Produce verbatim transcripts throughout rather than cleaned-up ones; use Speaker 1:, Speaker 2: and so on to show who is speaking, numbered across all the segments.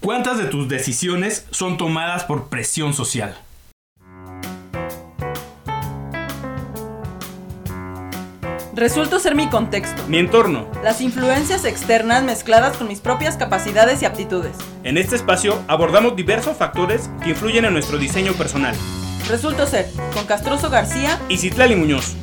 Speaker 1: ¿Cuántas de tus decisiones son tomadas por presión social?
Speaker 2: Resulto ser mi contexto,
Speaker 1: Mi entorno.
Speaker 2: las influencias externas mezcladas con mis propias capacidades y aptitudes.
Speaker 1: En este espacio abordamos diversos factores que influyen en nuestro diseño personal.
Speaker 2: Resulto ser, con Castroso García
Speaker 1: Y Citlali Muñoz.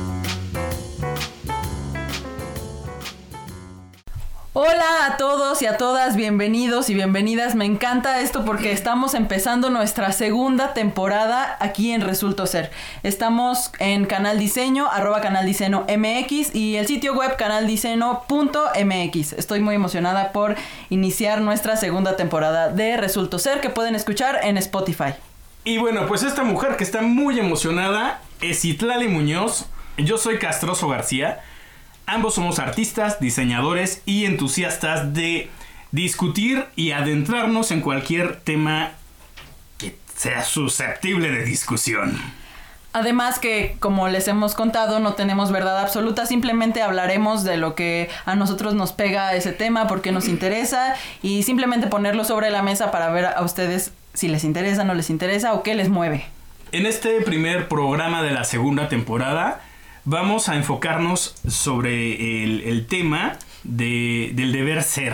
Speaker 2: Hola a todos y a todas, bienvenidos y bienvenidas. Me encanta esto porque estamos empezando nuestra segunda temporada aquí en Resulto Ser. Estamos en Canal Diseño, arroba Canal Diseño M X y el sitio web canaldiseño punto M X. Estoy muy emocionada por iniciar nuestra segunda temporada de Resulto Ser que pueden escuchar en Spotify.
Speaker 1: Y bueno, pues esta mujer que está muy emocionada es Citlali Muñoz. Yo soy Castroso García. Ambos somos artistas, diseñadores y entusiastas de discutir y adentrarnos en cualquier tema que sea susceptible de discusión.
Speaker 2: Además que, como les hemos contado, no tenemos verdad absoluta, simplemente hablaremos de lo que a nosotros nos pega ese tema, porque nos interesa, y simplemente ponerlo sobre la mesa para ver a ustedes si les interesa, no les interesa o qué les mueve.
Speaker 1: En este primer programa de la segunda temporada vamos a enfocarnos sobre el, el tema de, del deber ser,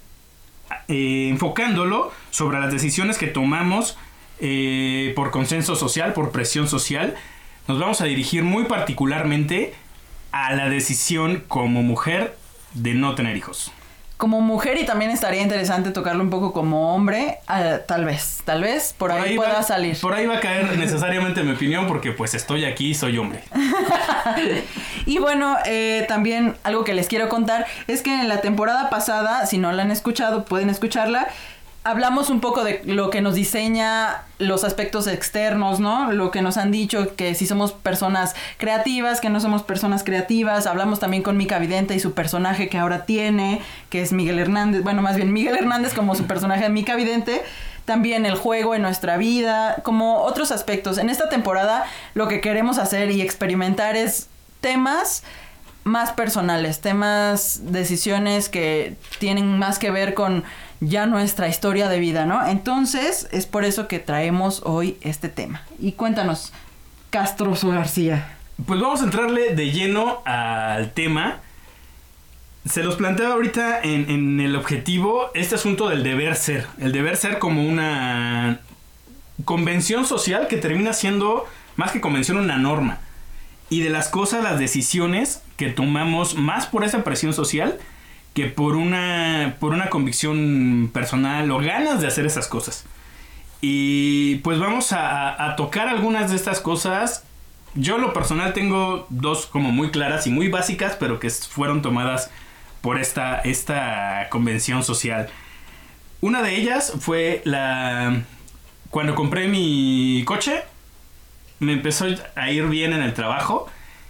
Speaker 1: eh, enfocándolo sobre las decisiones que tomamos eh, por consenso social, por presión social. Nos vamos a dirigir muy particularmente a la decisión como mujer de no tener hijos.
Speaker 2: Como mujer, y también estaría interesante tocarlo un poco como hombre, uh, tal vez, tal vez por ahí, por ahí pueda
Speaker 1: va,
Speaker 2: salir.
Speaker 1: Por ahí va a caer necesariamente mi opinión porque pues estoy aquí y soy hombre.
Speaker 2: Y bueno, eh, también algo que les quiero contar es que en la temporada pasada, si no la han escuchado, pueden escucharla. Hablamos un poco de lo que nos diseña los aspectos externos, ¿no? Lo que nos han dicho, que si somos personas creativas, que no somos personas creativas. Hablamos también con Mica Vidente y su personaje que ahora tiene, que es Miguel Hernández. Bueno, más bien Miguel Hernández como su personaje de Mica Vidente. También el juego en nuestra vida, como otros aspectos. En esta temporada lo que queremos hacer y experimentar es temas más personales, temas, decisiones que tienen más que ver con ya nuestra historia de vida, ¿no? Entonces, es por eso que traemos hoy este tema. Y cuéntanos, Castroso García.
Speaker 1: Pues vamos a entrarle de lleno al tema. Se los planteaba ahorita en, en el objetivo este asunto del deber ser. El deber ser como una convención social que termina siendo, más que convención, una norma. Y de las cosas, las decisiones que tomamos más por esa presión social que por una, por una convicción personal o ganas de hacer esas cosas. Y pues vamos a, a tocar algunas de estas cosas. Yo en lo personal tengo dos como muy claras y muy básicas, pero que fueron tomadas por esta, esta convención social. Una de ellas fue la... Cuando compré mi coche, me empezó a ir bien en el trabajo.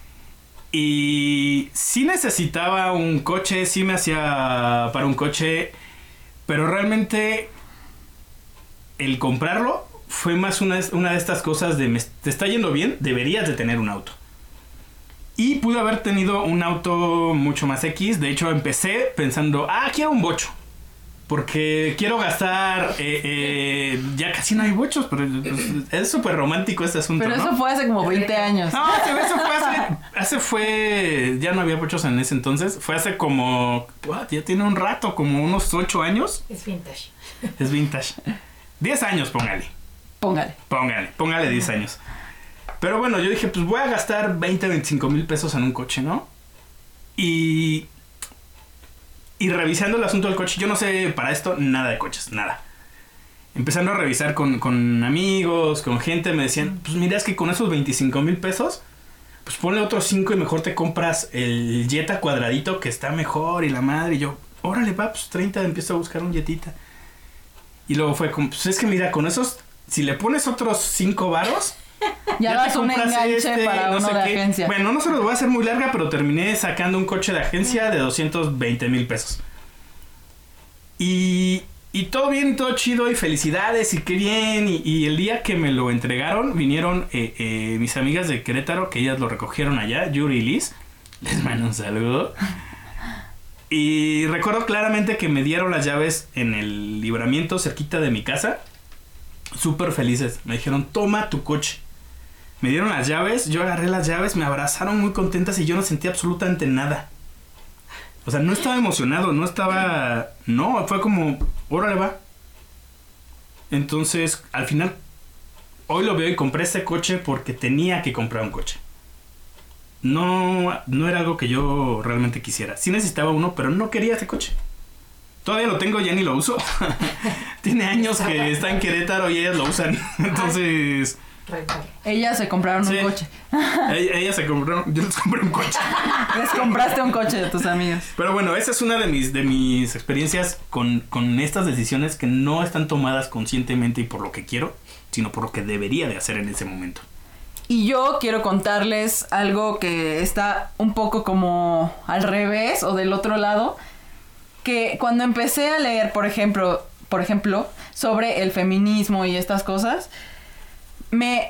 Speaker 1: Y sí necesitaba un coche, sí me hacía para un coche, pero realmente el comprarlo fue más una, una de estas cosas de me, te está yendo bien, deberías de tener un auto. Y pude haber tenido un auto mucho más X. De hecho empecé pensando, ah, quiero un bocho, porque quiero gastar, eh, eh, ya casi no hay bochos, pero pues, es súper romántico este asunto,
Speaker 2: Pero
Speaker 1: ¿no?
Speaker 2: eso fue hace como veinte años.
Speaker 1: No, eso fue hace, hace fue, ya no había bochos en ese entonces, fue hace como, what, ya tiene un rato, como unos ocho años.
Speaker 3: Es vintage.
Speaker 1: Es vintage. diez años, póngale.
Speaker 2: Póngale.
Speaker 1: Póngale, póngale diez años. Pero bueno, yo dije, pues voy a gastar veinte, veinticinco mil pesos en un coche, ¿no? Y... Y revisando el asunto del coche, yo no sé para esto nada de coches, nada. Empezando a revisar con, con amigos, con gente, me decían, pues mira, es que con esos veinticinco mil pesos, pues ponle otros cinco y mejor te compras el Jetta cuadradito que está mejor y la madre. Y yo, órale, va, pues treinta, empiezo a buscar un Jettita. Y luego fue como, pues es que mira, con esos, si le pones otros cinco varos...
Speaker 2: Ya, ya das un enganche este, para no uno de qué. Agencia.
Speaker 1: Bueno, no se los voy a hacer muy larga, pero terminé sacando un coche de agencia de doscientos veinte mil pesos. Y, y todo bien, todo chido y felicidades y qué bien. Y, y el día que me lo entregaron, vinieron eh, eh, mis amigas de Querétaro, que ellas lo recogieron allá, Yuri y Liz. Les mando un saludo. Y recuerdo claramente que me dieron las llaves en el libramiento cerquita de mi casa. Súper felices. Me dijeron, toma tu coche. Me dieron las llaves, yo agarré las llaves, me abrazaron muy contentas y yo no sentí absolutamente nada. O sea, no estaba emocionado, no estaba... No, fue como, órale va. Entonces, al final, hoy lo veo y compré este coche porque tenía que comprar un coche. No, no era algo que yo realmente quisiera. Sí necesitaba uno, pero no quería ese coche. Todavía lo tengo, ya ni lo uso. Tiene años que está en Querétaro y ellas lo usan. Entonces...
Speaker 2: Ellas se compraron
Speaker 1: sí.
Speaker 2: un coche.
Speaker 1: Ellas ella se compraron, yo les compré un coche.
Speaker 2: Les compraste un coche de tus amigas.
Speaker 1: Pero bueno, esa es una de mis, de mis experiencias con, con estas decisiones que no están tomadas conscientemente y por lo que quiero, sino por lo que debería de hacer en ese momento.
Speaker 2: Y yo quiero contarles algo que está un poco como al revés o del otro lado, que cuando empecé a leer, por ejemplo, por ejemplo, sobre el feminismo y estas cosas, me,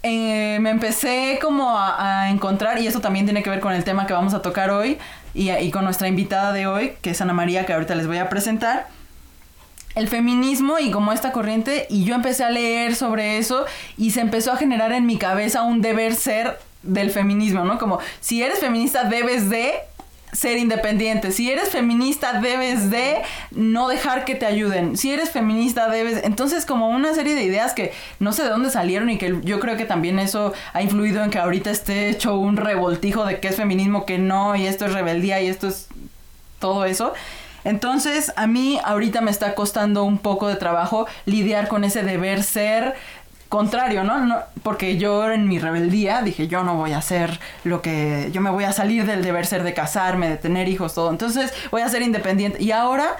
Speaker 2: eh, me empecé como a, a encontrar, y eso también tiene que ver con el tema que vamos a tocar hoy, y, y con nuestra invitada de hoy, que es Ana María, que ahorita les voy a presentar, el feminismo y como esta corriente, y yo empecé a leer sobre eso, y se empezó a generar en mi cabeza un deber ser del feminismo, ¿no? Como, si eres feminista debes de ser independiente, si eres feminista debes de no dejar que te ayuden, si eres feminista debes... Entonces como una serie de ideas que no sé de dónde salieron y que yo creo que también eso ha influido en que ahorita esté hecho un revoltijo de qué es feminismo, qué no, y esto es rebeldía y esto es todo eso. Entonces a mí ahorita me está costando un poco de trabajo lidiar con ese deber ser contrario, ¿no? No, porque yo en mi rebeldía dije, yo no voy a hacer lo que... Yo me voy a salir del deber ser de casarme, de tener hijos, todo. Entonces voy a ser independiente. Y ahora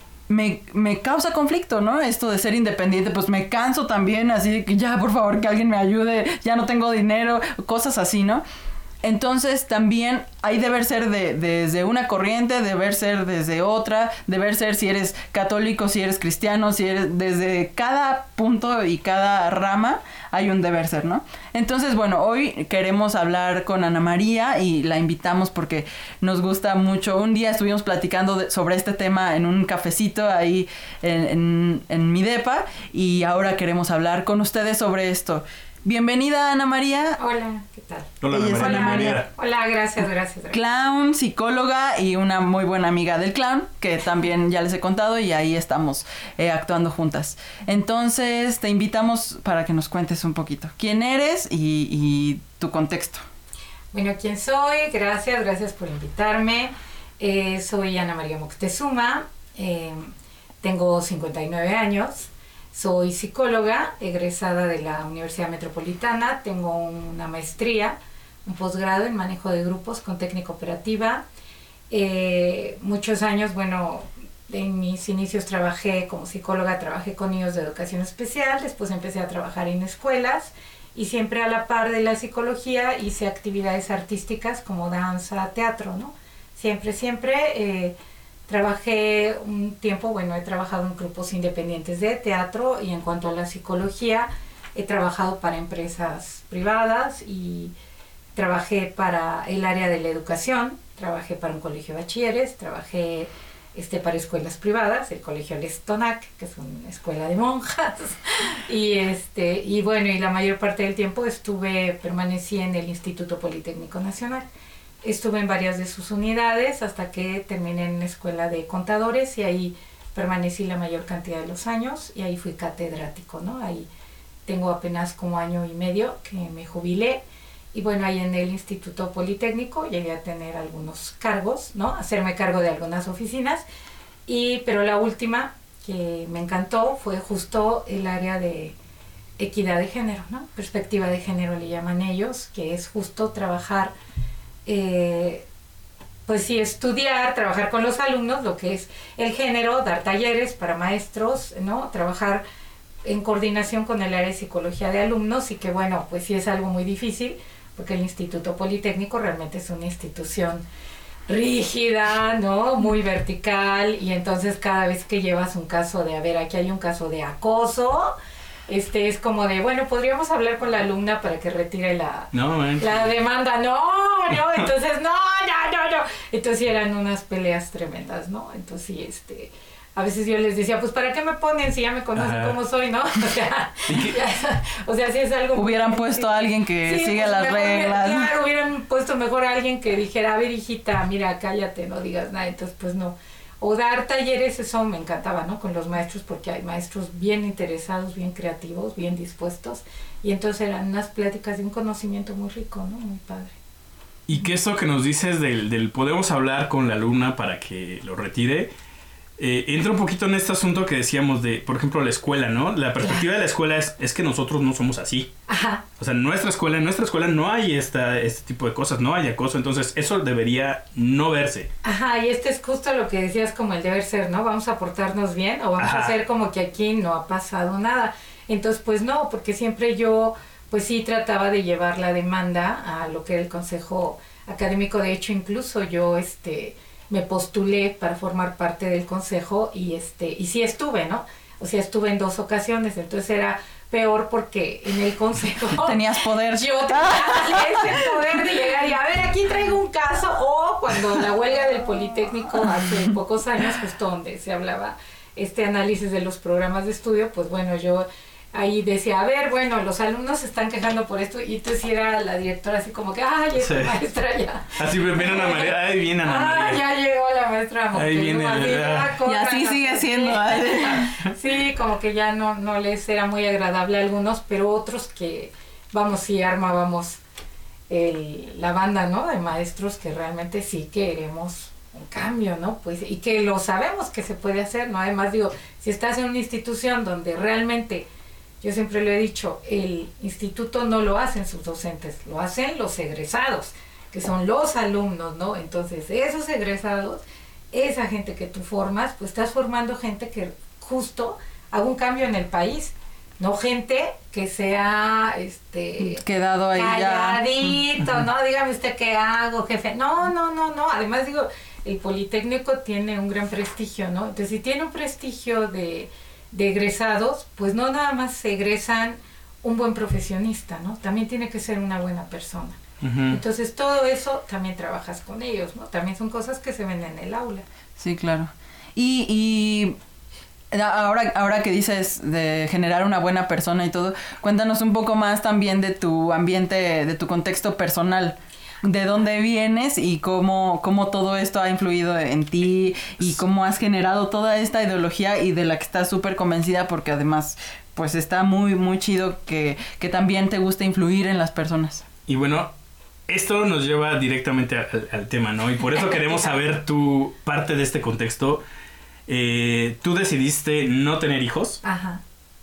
Speaker 2: me, me causa conflicto, ¿no? Esto de ser independiente, pues me canso también, así de que ya, por favor, que alguien me ayude, ya no tengo dinero, cosas así, ¿no? Entonces también hay deber ser de, desde una corriente, deber ser desde otra, deber ser si eres católico, si eres cristiano, si eres... Desde cada punto y cada rama hay un deber ser, ¿no? Entonces, bueno, hoy queremos hablar con Ana María y la invitamos porque nos gusta mucho. Un día estuvimos platicando de, sobre este tema en un cafecito ahí en, en, en mi depa, y ahora queremos hablar con ustedes sobre esto. Bienvenida, Ana María.
Speaker 3: Hola, ¿qué tal?
Speaker 1: Hola, Ana María.
Speaker 3: Hola, María. Hola, gracias, gracias, gracias.
Speaker 2: Clown, psicóloga y una muy buena amiga del clown, que también ya les he contado y ahí estamos eh, actuando juntas. Entonces, te invitamos para que nos cuentes un poquito quién eres y, y tu contexto.
Speaker 3: Bueno, ¿quién soy? Gracias, gracias por invitarme. Eh, soy Ana María Moctezuma, eh, tengo cincuenta y nueve años. Soy psicóloga, egresada de la Universidad Metropolitana, tengo una maestría, un posgrado en manejo de grupos con técnica operativa. Eh, muchos años, bueno, en mis inicios trabajé como psicóloga, trabajé con niños de educación especial, después empecé a trabajar en escuelas y siempre a la par de la psicología hice actividades artísticas como danza, teatro, ¿no? Siempre, siempre... Eh, Trabajé un tiempo, bueno, he trabajado en grupos independientes de teatro, y en cuanto a la psicología, he trabajado para empresas privadas y trabajé para el área de la educación, trabajé para un colegio de bachilleres, trabajé este, para escuelas privadas, el colegio Lestonac, que es una escuela de monjas, y, este, y bueno, y la mayor parte del tiempo estuve, permanecí en el Instituto Politécnico Nacional. Estuve en varias de sus unidades hasta que terminé en la escuela de contadores y ahí permanecí la mayor cantidad de los años y ahí fui catedrático, ¿no? Ahí tengo apenas como año y medio que me jubilé y bueno, ahí en el Instituto Politécnico llegué a tener algunos cargos, ¿no? Hacerme cargo de algunas oficinas, y pero la última que me encantó fue justo el área de equidad de género, ¿no? Perspectiva de género le llaman ellos, que es justo trabajar Eh, pues sí, estudiar, trabajar con los alumnos, lo que es el género, dar talleres para maestros, ¿no? Trabajar en coordinación con el área de psicología de alumnos, y que bueno, pues sí es algo muy difícil, porque el Instituto Politécnico realmente es una institución rígida, ¿no? Muy vertical, y entonces cada vez que llevas un caso de, a ver, aquí hay un caso de acoso, este es como de, bueno, podríamos hablar con la alumna para que retire la,
Speaker 1: no,
Speaker 3: la demanda. No, no, entonces no, no, no, no. Entonces eran unas peleas tremendas, ¿no? Entonces sí, este... A veces yo les decía, pues ¿para qué me ponen si ya me conocen Ajá. cómo soy, no? O sea, ya, o sea, si es algo...
Speaker 2: Hubieran muy, puesto sí, a alguien que sí, siga pues, las mejor, reglas.
Speaker 3: Claro, hubieran puesto mejor a alguien que dijera, a ver, hijita, mira, cállate, no digas nada. Entonces, pues no. O dar talleres, eso me encantaba, ¿no? Con los maestros, porque hay maestros bien interesados, bien creativos, bien dispuestos. Y entonces eran unas pláticas de un conocimiento muy rico, ¿no? Muy padre.
Speaker 1: Y que esto que nos dices del, del podemos hablar con la alumna para que lo retire... Eh, entra un poquito en este asunto que decíamos de, por ejemplo, la escuela, ¿no? La perspectiva de la escuela es, es que nosotros no somos así.
Speaker 3: Ajá.
Speaker 1: O sea, en nuestra escuela, en nuestra escuela no hay esta, este tipo de cosas, no hay acoso, entonces eso debería no verse.
Speaker 3: Ajá, y este es justo lo que decías como el deber ser, ¿no? Vamos a portarnos bien o vamos Ajá. a hacer como que aquí no ha pasado nada. Entonces, pues no, porque siempre yo, pues sí trataba de llevar la demanda a lo que era el consejo académico. De hecho, incluso yo, este... me postulé para formar parte del consejo y este y sí estuve, ¿no? O sea, estuve en dos ocasiones, entonces era peor porque en el consejo...
Speaker 2: Tenías poder.
Speaker 3: Yo tenía ese poder de llegar y a ver, aquí traigo un caso, o cuando la huelga del Politécnico hace pocos años, justo donde se hablaba este análisis de los programas de estudio, pues bueno, yo... ahí decía, a ver, bueno, los alumnos se están quejando por esto, y entonces era la directora así como que, ay, esta sí. maestra ya.
Speaker 1: Así viene Ana María, ahí viene Ana María.
Speaker 3: Ah, ya llegó la maestra Moctezuma.
Speaker 1: Ahí viene
Speaker 3: así,
Speaker 1: la...
Speaker 2: Y así sigue siendo.
Speaker 3: Sí, como que ya no, no les era muy agradable a algunos, pero otros que, vamos, sí armábamos el, la banda, ¿no? De maestros que realmente sí queremos un cambio, ¿no? Pues, y que lo sabemos que se puede hacer, ¿no? Además, digo, si estás en una institución donde realmente... Yo siempre lo he dicho, el instituto no lo hacen sus docentes, lo hacen los egresados, que son los alumnos, ¿no? Entonces, esos egresados, esa gente que tú formas, pues estás formando gente que justo haga un cambio en el país, no gente que sea, este...
Speaker 2: quedado ahí
Speaker 3: calladito,
Speaker 2: ya.
Speaker 3: ¿no? Dígame usted qué hago, jefe. No, no, no, no. Además, digo, el Politécnico tiene un gran prestigio, ¿no? Entonces, si tiene un prestigio de... de egresados, pues no nada más se egresan un buen profesionista, ¿no? También tiene que ser una buena persona. Uh-huh. Entonces todo eso también trabajas con ellos, ¿no? También son cosas que se ven en el aula.
Speaker 2: Sí, claro. Y, y ahora, ahora que dices de generar una buena persona y todo, cuéntanos un poco más también de tu ambiente, de tu contexto personal. ¿De dónde vienes y cómo, cómo todo esto ha influido en ti y cómo has generado toda esta ideología y de la que estás súper convencida porque además pues está muy muy chido que, que también te gusta influir en las personas?
Speaker 1: Y bueno, esto nos lleva directamente al, al tema, ¿no? Y por eso queremos saber tu parte de este contexto. Eh, tú decidiste no tener hijos.
Speaker 3: Ajá.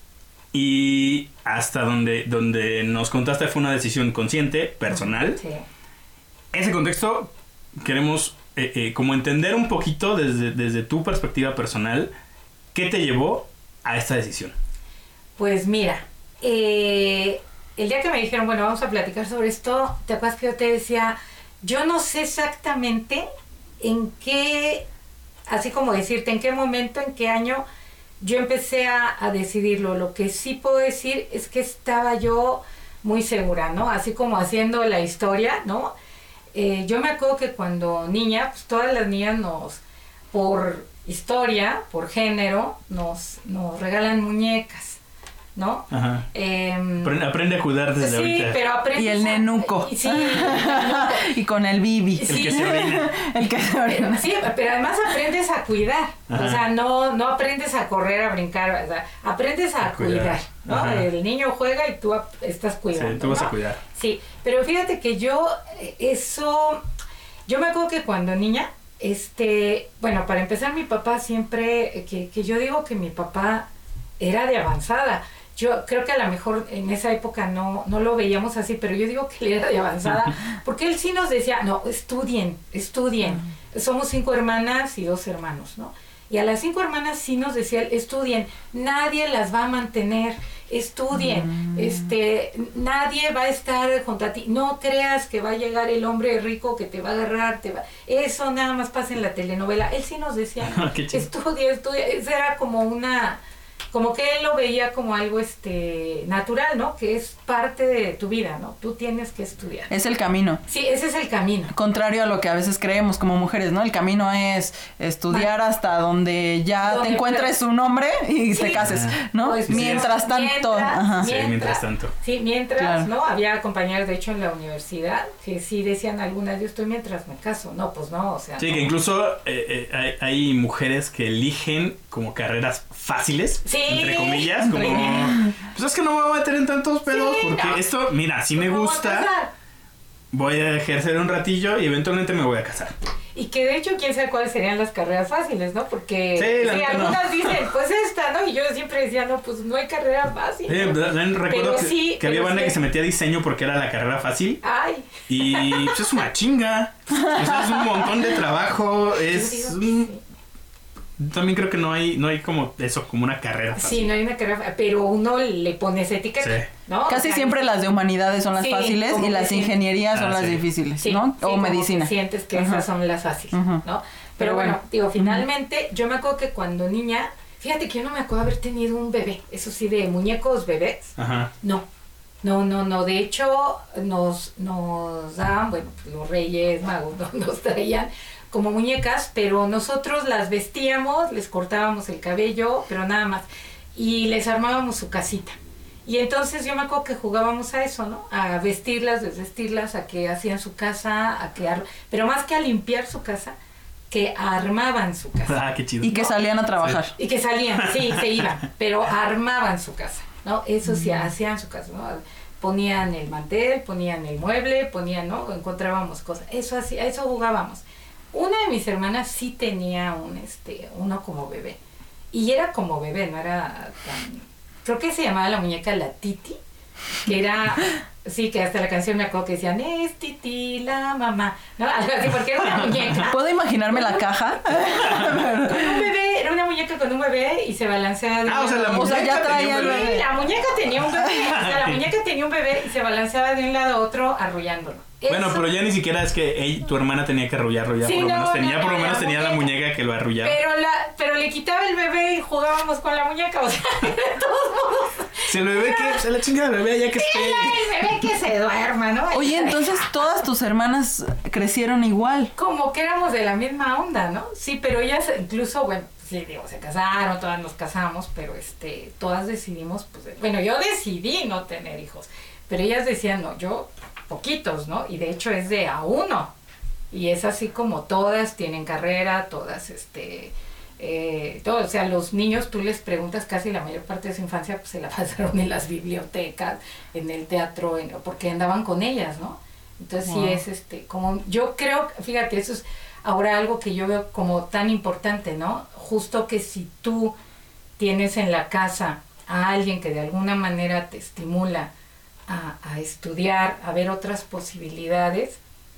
Speaker 1: Y hasta donde, donde nos contaste fue una decisión consciente, personal.
Speaker 3: Sí.
Speaker 1: Ese contexto queremos eh, eh, como entender un poquito desde, desde tu perspectiva personal, ¿qué te llevó a esta decisión?
Speaker 3: Pues mira, eh, el día que me dijeron, bueno, vamos a platicar sobre esto, ¿te acuerdas que yo te decía, yo no sé exactamente en qué, así como decirte, en qué momento, en qué año yo empecé a, a decidirlo? Lo que sí puedo decir es que estaba yo muy segura, ¿no? Así como haciendo la historia, ¿no? Eh, yo me acuerdo que cuando niña, pues todas las niñas nos, por historia, por género, nos, nos regalan muñecas, ¿no?
Speaker 1: Ajá.
Speaker 3: Eh,
Speaker 1: aprende a cuidar desde
Speaker 3: sí,
Speaker 1: ahorita.
Speaker 3: Pero aprende
Speaker 2: y el nenuco.
Speaker 3: Sí,
Speaker 2: y con el bibi.
Speaker 1: El que se orina.
Speaker 2: El que se orina.
Speaker 3: Sí, pero además aprendes a cuidar. Ajá. O sea, no, no aprendes a correr, a brincar, o sea, aprendes a, a cuidar, cuidar, ¿no? Ajá. El niño juega y tú estás cuidando.
Speaker 1: Sí, tú vas
Speaker 3: ¿no?
Speaker 1: a cuidar.
Speaker 3: Sí, pero fíjate que yo, eso, yo me acuerdo que cuando niña, este, bueno, para empezar, mi papá siempre, que, que yo digo que mi papá era de avanzada. Yo creo que a lo mejor en esa época no, no lo veíamos así, pero yo digo que él era de avanzada, porque él sí nos decía, no, estudien, estudien. Uh-huh. Somos cinco hermanas y dos hermanos, ¿no? Y a las cinco hermanas sí nos decía, estudien, nadie las va a mantener, estudien, uh-huh. este, nadie va a estar junto a ti, no creas que va a llegar el hombre rico que te va a agarrar, te va, eso nada más pasa en la telenovela. Él sí nos decía, estudien, estudien, eso era como una... como que él lo veía como algo este natural, ¿no? Que es parte de tu vida, ¿no? Tú tienes que estudiar.
Speaker 2: Es el camino.
Speaker 3: Sí, ese es el camino.
Speaker 2: Contrario a lo que a veces creemos como mujeres, ¿no? El camino es estudiar
Speaker 3: Bueno,
Speaker 2: hasta donde ya
Speaker 3: donde
Speaker 2: te encuentres
Speaker 3: puedas.
Speaker 2: un hombre y
Speaker 3: Sí.
Speaker 2: te cases, ¿no?
Speaker 3: Pues,
Speaker 2: mientras tanto.
Speaker 3: mientras,
Speaker 2: Ajá.
Speaker 1: Sí, mientras tanto.
Speaker 3: Sí, mientras,
Speaker 2: Claro.
Speaker 3: ¿no? Había compañeros, de hecho, en la universidad que sí decían algunas, yo estoy mientras me caso. No, pues no, o sea.
Speaker 1: Sí,
Speaker 3: no.
Speaker 1: que incluso eh, eh, hay, hay mujeres que eligen como carreras fáciles,
Speaker 3: Sí.
Speaker 1: entre comillas, como,
Speaker 3: Sí.
Speaker 1: pues es que no me voy a meter en tantos pedos,
Speaker 3: Sí,
Speaker 1: porque
Speaker 3: no.
Speaker 1: esto, mira, si me
Speaker 3: ¿Cómo voy a
Speaker 1: gusta,
Speaker 3: casar?
Speaker 1: voy a ejercer un ratillo y eventualmente me voy a casar.
Speaker 3: Y que de hecho, quién sabe cuáles serían las carreras fáciles, ¿no? Porque
Speaker 1: Sí, la
Speaker 3: sí,
Speaker 1: neta no.
Speaker 3: algunas dicen, pues esta, ¿no? Y yo siempre decía, no, pues no hay carrera fácil.
Speaker 1: Sí,
Speaker 3: ¿no?
Speaker 1: también recuerdo
Speaker 3: Pero
Speaker 1: que,
Speaker 3: sí,
Speaker 1: que había
Speaker 3: pero
Speaker 1: banda
Speaker 3: sí.
Speaker 1: que se metía a diseño porque era la carrera fácil
Speaker 3: Ay,
Speaker 1: y pues es una chinga. O sea, es un montón de trabajo,
Speaker 3: yo
Speaker 1: es
Speaker 3: digo que
Speaker 1: un-
Speaker 3: sí.
Speaker 1: También creo que no hay no hay como eso, como una carrera fácil.
Speaker 3: Sí, no hay una carrera, pero uno le pone esa etiqueta,
Speaker 1: Sí.
Speaker 3: ¿no?
Speaker 2: Casi
Speaker 3: O sea,
Speaker 2: siempre las de humanidades son las
Speaker 3: Sí,
Speaker 2: fáciles
Speaker 3: como
Speaker 2: y
Speaker 3: que
Speaker 2: las
Speaker 3: sí.
Speaker 2: ingenierías son
Speaker 1: Ah,
Speaker 2: las
Speaker 1: sí.
Speaker 2: difíciles,
Speaker 3: Sí,
Speaker 2: ¿no?
Speaker 3: sí,
Speaker 2: O
Speaker 3: como
Speaker 2: medicina.
Speaker 3: que sientes que
Speaker 2: Ajá.
Speaker 3: esas son las fáciles,
Speaker 2: Ujú.
Speaker 3: ¿no? Pero,
Speaker 2: Pero
Speaker 3: bueno,
Speaker 2: bueno.
Speaker 3: digo, finalmente, yo me acuerdo que cuando niña, fíjate que yo no me acuerdo haber tenido un bebé, eso sí, de muñecos bebés,
Speaker 1: Ajá.
Speaker 3: no. No, no, no, de hecho nos, nos daban, bueno, pues, los reyes magos ¿no? nos traían como muñecas, pero nosotros las vestíamos, les cortábamos el cabello, pero nada más, y les armábamos su casita. Y entonces yo me acuerdo que jugábamos a eso, ¿no? A vestirlas, desvestirlas, a que hacían su casa, a que ar- pero más que a limpiar su casa, que armaban su casa.
Speaker 1: Ah, qué chido.
Speaker 2: Y que salían a trabajar.
Speaker 3: Y que salían, sí, se iban, pero armaban su casa, ¿no? Eso sí, hacían su casa, ¿no? Ponían el mantel, ponían el mueble, ponían, ¿no? Encontrábamos cosas. Eso así, a eso jugábamos. Una de mis hermanas sí tenía un, este, uno como bebé. Y era como bebé, no era tan... Creo que se llamaba la muñeca la Titi, que era... Sí, que hasta la canción me acuerdo que decían, es Titi la mamá, ¿no? Algo así, porque era una muñeca.
Speaker 2: ¿Puedo imaginarme la caja?
Speaker 3: Con un bebé, era una muñeca con un bebé y se balanceaba de
Speaker 1: Ah, o sea, la
Speaker 3: un lado.
Speaker 2: O sea, ya
Speaker 1: muñeca
Speaker 2: traía
Speaker 1: tenía un
Speaker 2: el
Speaker 1: bebé.
Speaker 2: bebé.
Speaker 3: La muñeca tenía un bebé, o sea, la muñeca tenía un bebé y se balanceaba de un lado a otro arrullándolo.
Speaker 1: Bueno,
Speaker 3: Eso-
Speaker 1: pero ya ni siquiera es que ey, tu hermana tenía que arrullarlo, ya
Speaker 3: Sí,
Speaker 1: por lo
Speaker 3: no,
Speaker 1: menos tenía,
Speaker 3: no,
Speaker 1: por lo
Speaker 3: no,
Speaker 1: menos
Speaker 3: la
Speaker 1: tenía la
Speaker 3: muñeca.
Speaker 1: muñeca que lo arrullaba.
Speaker 3: Pero, la, pero le quitaba el bebé y jugábamos con la muñeca, o sea, de todos modos.
Speaker 1: Si el bebé que, se la chinga del bebé ya que esté.
Speaker 3: El bebé que se duerma, ¿no?
Speaker 2: Oye, entonces todas tus hermanas crecieron igual.
Speaker 3: Como que éramos de la misma onda, ¿no? Sí, pero ellas incluso, bueno, sí, digo, se casaron, todas nos casamos, pero este, todas decidimos, pues, bueno, yo decidí no tener hijos, pero ellas decían, no, yo, poquitos, ¿no? Y de hecho es de a uno. Y es así como todas tienen carrera, todas, este, eh, todo, o sea, los niños tú les preguntas casi la mayor parte de su infancia, pues se la pasaron en las bibliotecas, en el teatro, en, porque andaban con ellas, ¿no? Entonces
Speaker 2: Wow.
Speaker 3: sí es, este, como, yo creo, fíjate, eso es ahora algo que yo veo como tan importante, ¿no? Justo que si tú tienes en la casa a alguien que de alguna manera te estimula a, a estudiar, a ver otras posibilidades,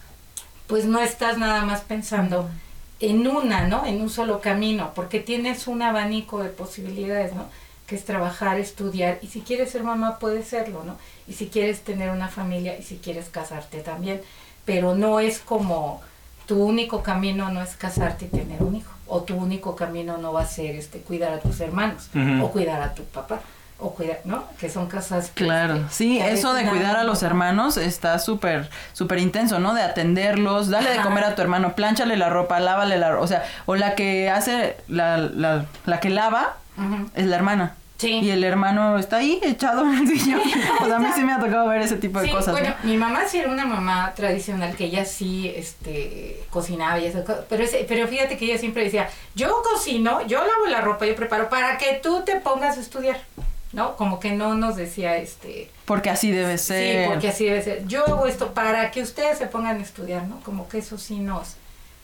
Speaker 3: pues no estás nada más pensando en una, ¿no? En un solo camino, porque tienes un abanico de posibilidades, ¿no? Que es trabajar, estudiar, y si quieres ser mamá puedes serlo, ¿no? Y si quieres tener una familia, y si quieres casarte también, pero no es como tu único camino no es casarte y tener un hijo, o tu único camino no va a ser este cuidar a tus hermanos,
Speaker 1: Ujú.
Speaker 3: o cuidar a tu papá, o cuidar, ¿no? Que son cosas que,
Speaker 2: Claro,
Speaker 3: este,
Speaker 2: sí,
Speaker 3: que a
Speaker 2: eso de
Speaker 3: veces
Speaker 2: cuidar
Speaker 3: nada
Speaker 2: a los
Speaker 3: más-
Speaker 2: hermanos está súper, súper intenso, ¿no? De atenderlos, darle de
Speaker 3: Ajá.
Speaker 2: comer a tu hermano, plánchale la ropa, lávale la ropa, o sea, o la que hace, la, la, la que lava
Speaker 3: Ujú.
Speaker 2: es la hermana.
Speaker 3: Sí.
Speaker 2: Y el hermano está ahí echado en el sillón. O sea, a mí sí me ha tocado ver ese tipo de
Speaker 3: Sí,
Speaker 2: cosas.
Speaker 3: bueno,
Speaker 2: ¿no?
Speaker 3: mi mamá sí era una mamá tradicional que ella sí este, cocinaba y esas cosas, pero, ese, pero fíjate que ella siempre decía, yo cocino, yo lavo la ropa, yo preparo para que tú te pongas a estudiar, ¿no? Como que no nos decía, este...
Speaker 2: Porque así debe ser.
Speaker 3: Sí, porque así debe ser. Yo hago esto para que ustedes se pongan a estudiar, ¿no? Como que eso sí nos,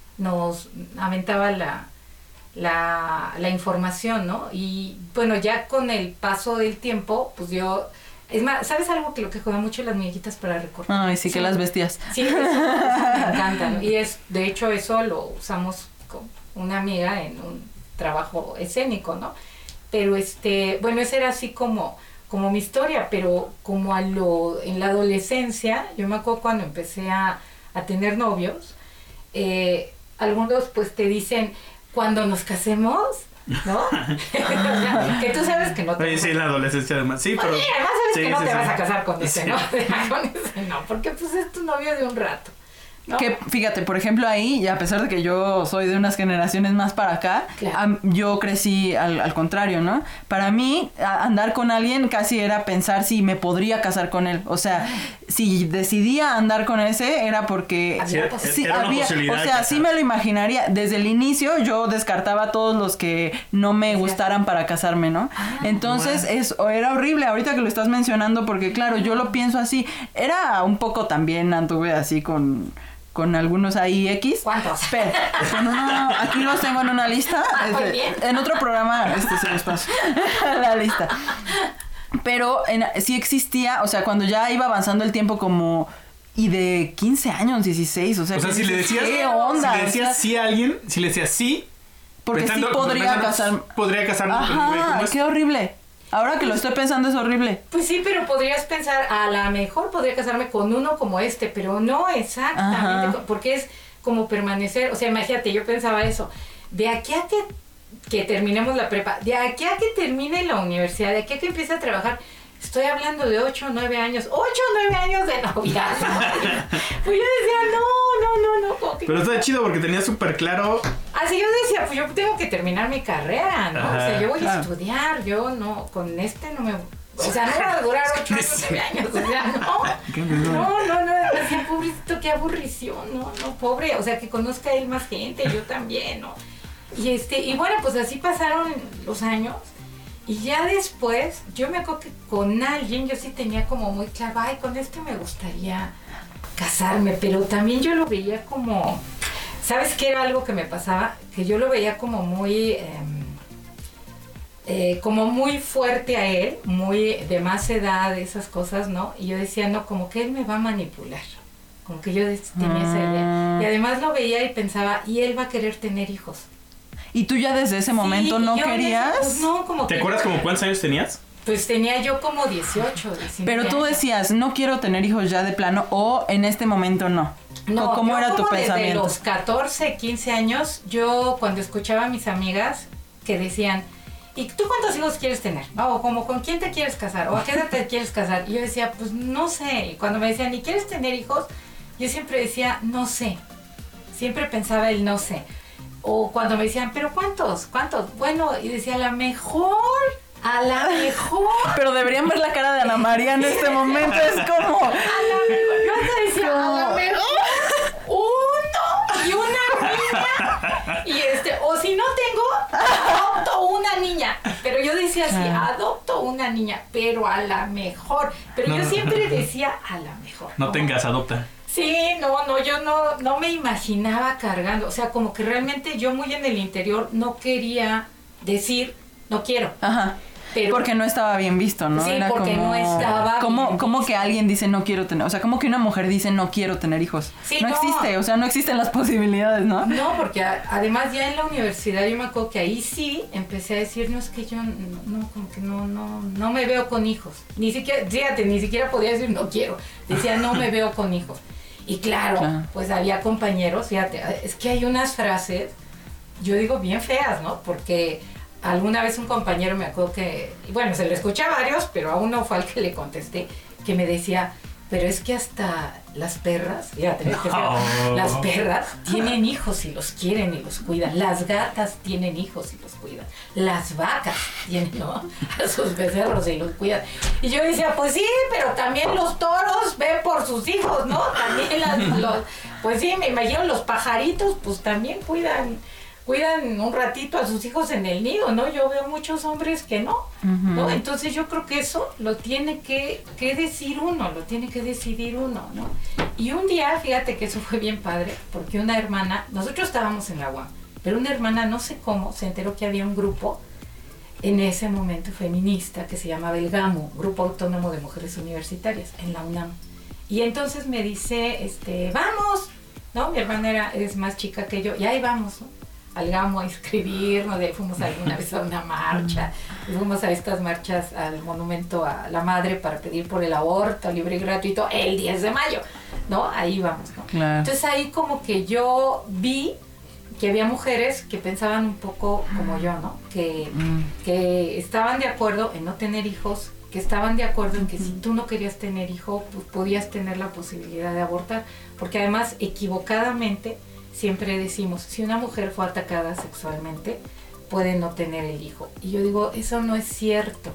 Speaker 3: nos aventaba la... La, la información, ¿no? Y bueno, ya con el paso del tiempo, pues yo... Es más, ¿sabes algo que lo que juegan mucho las muñequitas para recortar?
Speaker 2: Ay, sí, que las vestías.
Speaker 3: Sí, eso, eso me encanta, ¿no? Y es, de hecho, eso lo usamos con una amiga en un trabajo escénico, ¿no? Pero este, bueno, esa era así como, como mi historia, pero como a lo, en la adolescencia, yo me acuerdo cuando empecé a, a tener novios, eh, algunos pues te dicen, cuando nos casemos, ¿no? O sea, que tú sabes que no te...
Speaker 1: Oye, sí, la adolescencia además. Sí, pero...
Speaker 3: Oye, además sabes
Speaker 1: sí,
Speaker 3: que no
Speaker 1: sí,
Speaker 3: te
Speaker 1: sí.
Speaker 3: vas a casar con ese,
Speaker 1: Sí.
Speaker 3: ¿no? Con ese no, porque pues es tu novio de un rato, ¿no?
Speaker 2: Que fíjate, por ejemplo, ahí, y a pesar de que yo soy de unas generaciones más para acá,
Speaker 3: Claro.
Speaker 2: am- yo crecí al, al contrario, ¿no? Para mí, a- andar con alguien casi era pensar si me podría casar con él. O sea, si decidía andar con ese, era porque
Speaker 3: Había
Speaker 1: Sí,
Speaker 2: sí,
Speaker 1: era una
Speaker 2: había,
Speaker 1: posibilidad
Speaker 2: o
Speaker 1: de
Speaker 2: sea,
Speaker 1: casar.
Speaker 2: sí me lo imaginaría. Desde el inicio yo descartaba a todos los que no me gustaran para casarme, ¿no?
Speaker 3: Ah,
Speaker 2: Entonces,
Speaker 1: wow.
Speaker 2: es, era horrible ahorita que lo estás mencionando, porque claro, yo lo pienso así. Era un poco también, anduve así con... con algunos ahí X.
Speaker 3: ¿Cuántos?
Speaker 2: Espera, con uno, aquí los tengo en una lista.
Speaker 3: Ah, muy
Speaker 2: Este,
Speaker 3: bien.
Speaker 2: en otro programa este se los paso. La lista. Pero en, sí existía, o sea, cuando ya iba avanzando el tiempo como... Y de quince años, dieciséis, o sea...
Speaker 1: O sea,
Speaker 2: que
Speaker 1: si le
Speaker 2: dices,
Speaker 1: decías...
Speaker 2: ¿qué onda?
Speaker 1: Si le
Speaker 2: O
Speaker 1: decías
Speaker 2: sea,
Speaker 1: sí a alguien, si le decías sí...
Speaker 2: porque
Speaker 1: pensando-
Speaker 2: sí podría
Speaker 1: pensando,
Speaker 2: casar...
Speaker 1: Podría casarme con un güey
Speaker 2: Ajá,
Speaker 1: como este.
Speaker 2: qué horrible. Ahora que lo estoy pensando es horrible.
Speaker 3: Pues sí, pero podrías pensar, a lo mejor podría casarme con uno como este, pero no exactamente,
Speaker 2: Ajá.
Speaker 3: co- porque es como permanecer, o sea, imagínate, yo pensaba eso, de aquí a que, que terminemos la prepa, de aquí a que termine la universidad, de aquí a que empiece a trabajar, estoy hablando de ocho o nueve años, ocho o nueve años de noviazgo. Pues yo decía, no, no, no, no. como que-
Speaker 1: Pero está chido porque tenía súper claro...
Speaker 3: Así yo decía, pues yo tengo que terminar mi carrera, ¿no?
Speaker 1: Ajá,
Speaker 3: o sea, yo voy
Speaker 2: claro.
Speaker 3: a estudiar, yo no, con este no me... O sea, no va a durar ocho o nueve años, o sea, no. No, no, no, así, pobrecito, qué aburrición, no, no, pobre, o sea, que conozca a él más gente, yo también, ¿no? Y este, y bueno, pues así pasaron los años, y ya después, yo me acuerdo que con alguien, yo sí tenía como muy claro, ay, con este me gustaría casarme, pero también yo lo veía como... ¿Sabes qué era algo que me pasaba? Que yo lo veía como muy, eh, eh, como muy fuerte a él, muy de más edad, esas cosas, ¿no? Y yo decía, no, como que él me va a manipular. Como que yo des- tenía esa idea. Y además lo veía y pensaba, y él va a querer tener hijos.
Speaker 2: ¿Y tú ya desde ese momento
Speaker 3: Sí,
Speaker 2: no
Speaker 3: yo
Speaker 2: querías?
Speaker 3: decía, pues no, como
Speaker 1: ¿Te
Speaker 3: que
Speaker 1: acuerdas
Speaker 3: yo-
Speaker 1: como cuántos años tenías?
Speaker 3: Pues tenía yo como dieciocho, diecinueve
Speaker 2: Pero tú
Speaker 3: años.
Speaker 2: decías, no quiero tener hijos ya de plano, o en este momento no.
Speaker 3: No,
Speaker 2: ¿Cómo
Speaker 3: yo
Speaker 2: era tu
Speaker 3: como desde
Speaker 2: pensamiento?
Speaker 3: los catorce, quince años, yo cuando escuchaba a mis amigas que decían, ¿y tú cuántos hijos quieres tener? O como, ¿con quién te quieres casar? ¿O a qué edad te quieres casar? Y yo decía, pues no sé. Y cuando me decían, ¿y quieres tener hijos? Yo siempre decía, no sé. Siempre pensaba el no sé. O cuando me decían, ¿pero cuántos? ¿Cuántos? Bueno, y decía, a la mejor, a la mejor.
Speaker 2: Pero deberían ver la cara de Ana María en este momento, es como...
Speaker 3: A la mejor. Yo hasta decía, a la mejor. Uno y una niña. Y este, o si no tengo, adopto una niña. Pero yo decía así, adopto una niña, pero a la mejor. Pero
Speaker 1: No,
Speaker 3: yo
Speaker 1: no.
Speaker 3: siempre decía a la mejor.
Speaker 1: No
Speaker 3: ¿no?
Speaker 1: tengas, adopta.
Speaker 3: Sí, no, no, yo no, no me imaginaba cargando. O sea, como que realmente yo muy en el interior no quería decir, no quiero.
Speaker 2: Ajá.
Speaker 3: Pero
Speaker 2: Porque no estaba bien visto, ¿no?
Speaker 3: Sí,
Speaker 2: Era
Speaker 3: porque
Speaker 2: como...
Speaker 3: no estaba
Speaker 2: ¿Cómo,
Speaker 3: bien
Speaker 2: cómo
Speaker 3: visto.
Speaker 2: que alguien dice no quiero tener? O sea, ¿cómo que una mujer dice no quiero tener hijos?
Speaker 3: Sí,
Speaker 2: no,
Speaker 3: no.
Speaker 2: existe, o sea, no existen las posibilidades, ¿no?
Speaker 3: No, porque a- además ya en la universidad yo me acuerdo que ahí sí empecé a decir, no, es que yo no, no, como que no, no, no me veo con hijos. Ni siquiera, fíjate, ni siquiera podía decir no quiero. Decía, no me veo con hijos. Y claro,
Speaker 2: Claro.
Speaker 3: pues había compañeros, fíjate, es que hay unas frases, yo digo bien feas, ¿no? Porque alguna vez un compañero me acuerdo que, y bueno, se lo escuché a varios, pero a uno fue al que le contesté, que me decía, pero es que hasta las perras, fíjate, es que feo,
Speaker 1: No.
Speaker 3: las perras tienen hijos y los quieren y los cuidan, las gatas tienen hijos y los cuidan, las vacas tienen, ¿no? A sus becerros y los cuidan. Y yo decía, pues sí, pero también los toros ven por sus hijos, ¿no? También las, los, pues sí, me imagino los pajaritos, pues también cuidan, cuidan un ratito a sus hijos en el nido, ¿no? Yo veo muchos hombres que no, ¿no? Entonces yo creo que eso lo tiene que, que decir uno, lo tiene que decidir uno, ¿no? Y un día, fíjate que eso fue bien padre, porque una hermana, nosotros estábamos en la U A M, pero una hermana, no sé cómo, se enteró que había un grupo en ese momento feminista que se llamaba el GAMU, Grupo Autónomo de Mujeres Universitarias, en la UNAM. Y entonces me dice, este, vamos, ¿no? Mi hermana era, es más chica que yo, y ahí vamos, ¿no? Al GAMU a inscribirnos, de ahí fuimos alguna vez a una marcha, y fuimos a estas marchas al Monumento a la Madre para pedir por el aborto libre y gratuito el diez de mayo, ¿no? Ahí vamos, ¿no?
Speaker 2: Claro.
Speaker 3: Entonces ahí como que yo vi que había mujeres que pensaban un poco como yo, ¿no? Que, mm. que estaban de acuerdo en no tener hijos, que estaban de acuerdo en que si tú no querías tener hijo, pues podías tener la posibilidad de abortar, porque además equivocadamente siempre decimos, si una mujer fue atacada sexualmente, puede no tener el hijo. Y yo digo, eso no es cierto,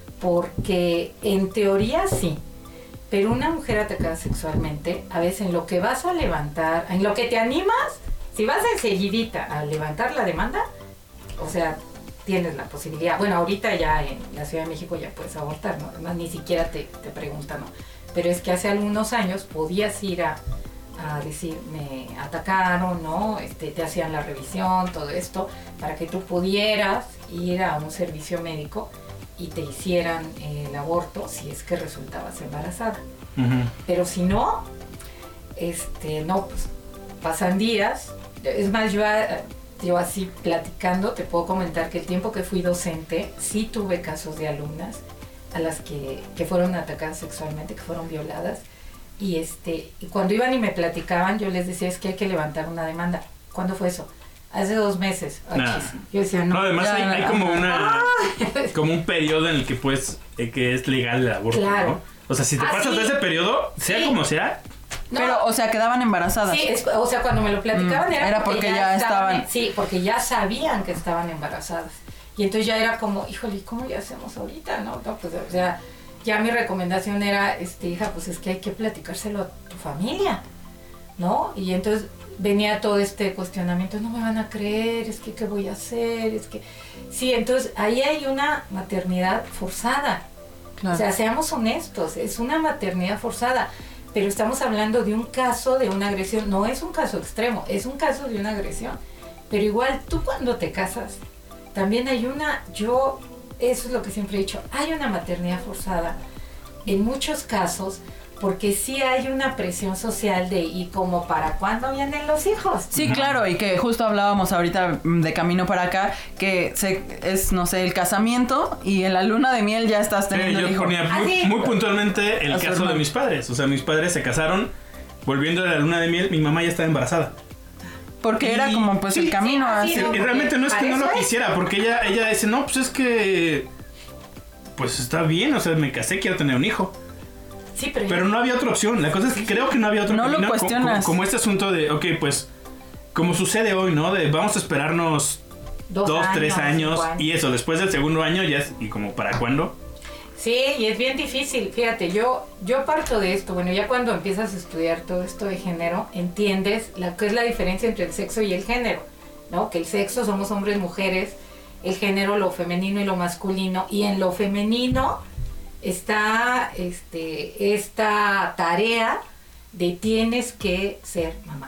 Speaker 3: porque en teoría sí, pero una mujer atacada sexualmente, a veces en lo que vas a levantar, en lo que te animas, si vas enseguidita a levantar la demanda, o sea, tienes la posibilidad. Bueno, ahorita ya en la Ciudad de México ya puedes abortar, ¿no? Además ni siquiera te, te preguntan, ¿no? Pero es que hace algunos años podías ir a, a decir, me atacaron, ¿no? Este, te hacían la revisión, todo esto, para que tú pudieras ir a un servicio médico y te hicieran eh, el aborto si es que resultabas embarazada. Uh-huh. Pero si no, este, no, pues pasan días. Es más, yo, yo así platicando te puedo comentar que el tiempo que fui docente sí tuve casos de alumnas a las que, que fueron atacadas sexualmente, que fueron violadas, y este y cuando iban y me platicaban yo les decía, es que hay que levantar una demanda. ¿Cuándo fue eso? Hace dos meses.
Speaker 1: Nah.
Speaker 3: Yo decía, no.
Speaker 1: No, además
Speaker 3: ya,
Speaker 1: hay,
Speaker 3: no,
Speaker 1: hay
Speaker 3: no,
Speaker 1: como
Speaker 3: no.
Speaker 1: una como un periodo en el que pues eh, que es legal el aborto,
Speaker 3: claro.
Speaker 1: ¿no? O sea, si te
Speaker 3: ah,
Speaker 1: pasas
Speaker 3: sí.
Speaker 1: de ese periodo, sea
Speaker 3: sí.
Speaker 1: como sea.
Speaker 2: No. Pero, o sea, quedaban embarazadas.
Speaker 3: Sí, es, o sea, cuando me lo platicaban
Speaker 2: mm,
Speaker 3: era,
Speaker 2: era porque, porque ya estaban, estaban...
Speaker 3: Sí, porque ya sabían que estaban embarazadas. Y entonces ya era como, híjole, ¿cómo le hacemos ahorita, no? No, pues, o sea, ya mi recomendación era, este, hija, pues es que hay que platicárselo a tu familia, ¿no? Y entonces venía todo este cuestionamiento, no me van a creer, es que qué voy a hacer, es que... Sí, entonces ahí hay una maternidad forzada. Claro. O sea, seamos honestos, es una maternidad forzada. Pero estamos hablando de un caso de una agresión, no es un caso extremo, es un caso de una agresión. Pero igual tú cuando te casas, también hay una, yo, eso es lo que siempre he dicho, hay una maternidad forzada en muchos casos, porque sí hay una presión social de, ¿y como para cuándo vienen los hijos?
Speaker 2: Sí, claro, y que justo hablábamos ahorita de camino para acá, que se, es, no sé, el casamiento y en la luna de miel ya estás teniendo
Speaker 1: sí, yo
Speaker 2: hijo.
Speaker 1: ponía muy, muy puntualmente el caso de mis padres. O sea, mis padres se casaron, volviendo de la luna de miel, mi mamá ya estaba embarazada.
Speaker 2: Porque
Speaker 1: y,
Speaker 2: era como pues sí, el camino
Speaker 3: sí,
Speaker 2: así.
Speaker 3: no,
Speaker 1: y realmente no es que no lo
Speaker 3: es.
Speaker 1: quisiera, porque ella, ella dice, no, pues es que, pues está bien, o sea, me casé, quiero tener un hijo.
Speaker 3: Sí, pero,
Speaker 1: pero no había otra opción. La cosa es que creo que no había otro
Speaker 2: no
Speaker 1: camino.
Speaker 2: Lo cuestionas.
Speaker 1: Como, como este asunto de, ok, pues, como sucede hoy, ¿no? De vamos a esperarnos dos, dos años, tres años, años y eso, después del segundo año ya es, ¿y como para cuándo?
Speaker 3: Sí, y es bien difícil. Fíjate, yo, yo parto de esto. Bueno, ya cuando empiezas a estudiar todo esto de género, entiendes la que es la diferencia entre el sexo y el género, ¿no? Que el sexo somos hombres, mujeres, el género, lo femenino y lo masculino, y en lo femenino está este, esta tarea de tienes que ser mamá,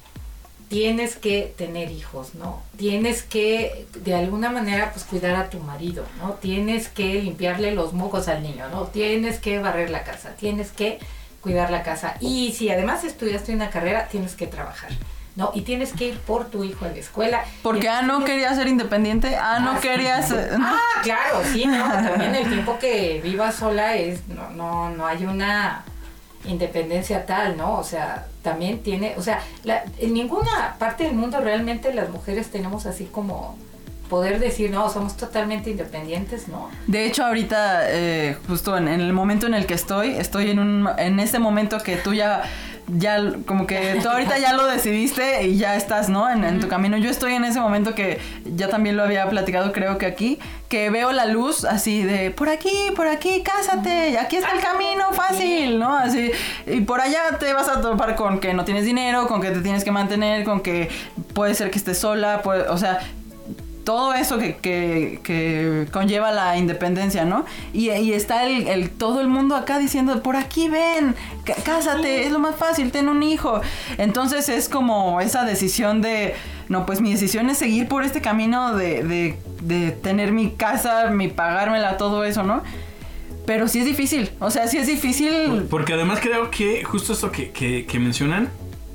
Speaker 3: tienes que tener hijos, ¿no? Tienes que, de alguna manera, pues cuidar a tu marido, ¿no? Tienes que limpiarle los mocos al niño, ¿no? Tienes que barrer la casa, tienes que cuidar la casa. Y si además estudiaste una carrera, tienes que trabajar, ¿no? Y tienes que ir por tu hijo a la escuela.
Speaker 2: Porque, ah, no querías ser independiente, ah, no ah, querías...
Speaker 3: Sí. Ah, claro, sí, ¿no? También el tiempo que vivas sola es, no, no, no hay una independencia tal, ¿no? O sea, también tiene, o sea, la, en ninguna parte del mundo realmente las mujeres tenemos así como poder decir, no, somos totalmente independientes, ¿no?
Speaker 2: De hecho, ahorita, eh, justo en, en el momento en el que estoy, estoy en un, en ese momento que tú ya, ya, como que tú ahorita ya lo decidiste y ya estás, ¿no? En, en tu camino. Yo estoy en ese momento que ya también lo había platicado, creo que aquí, que veo la luz así de, por aquí, por aquí, cásate, aquí está el camino fácil, ¿no? Así, y por allá te vas a topar con que no tienes dinero, con que te tienes que mantener, con que puede ser que estés sola, puede, o sea... todo eso que, que, que conlleva la independencia, ¿no? Y, y está el, el todo el mundo acá diciendo, por aquí ven, c- cásate, es lo más fácil, ten un hijo. Entonces es como esa decisión de, no, pues mi decisión es seguir por este camino de, de, de tener mi casa, mi pagármela, todo eso, ¿no? Pero sí es difícil, o sea, sí es difícil.
Speaker 1: Porque además creo que justo esto que, que, que mencionan,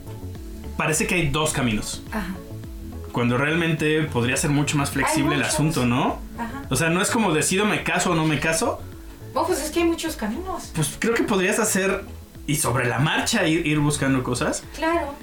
Speaker 1: parece que hay dos caminos.
Speaker 3: Ajá.
Speaker 1: Cuando realmente podría ser mucho más flexible el asunto, ¿no?
Speaker 3: Ajá.
Speaker 1: O sea, no es como decido me caso o no me caso.
Speaker 3: Oh, pues es que hay muchos caminos.
Speaker 1: Pues creo que podrías hacer y sobre la marcha ir, ir buscando cosas.
Speaker 3: Claro.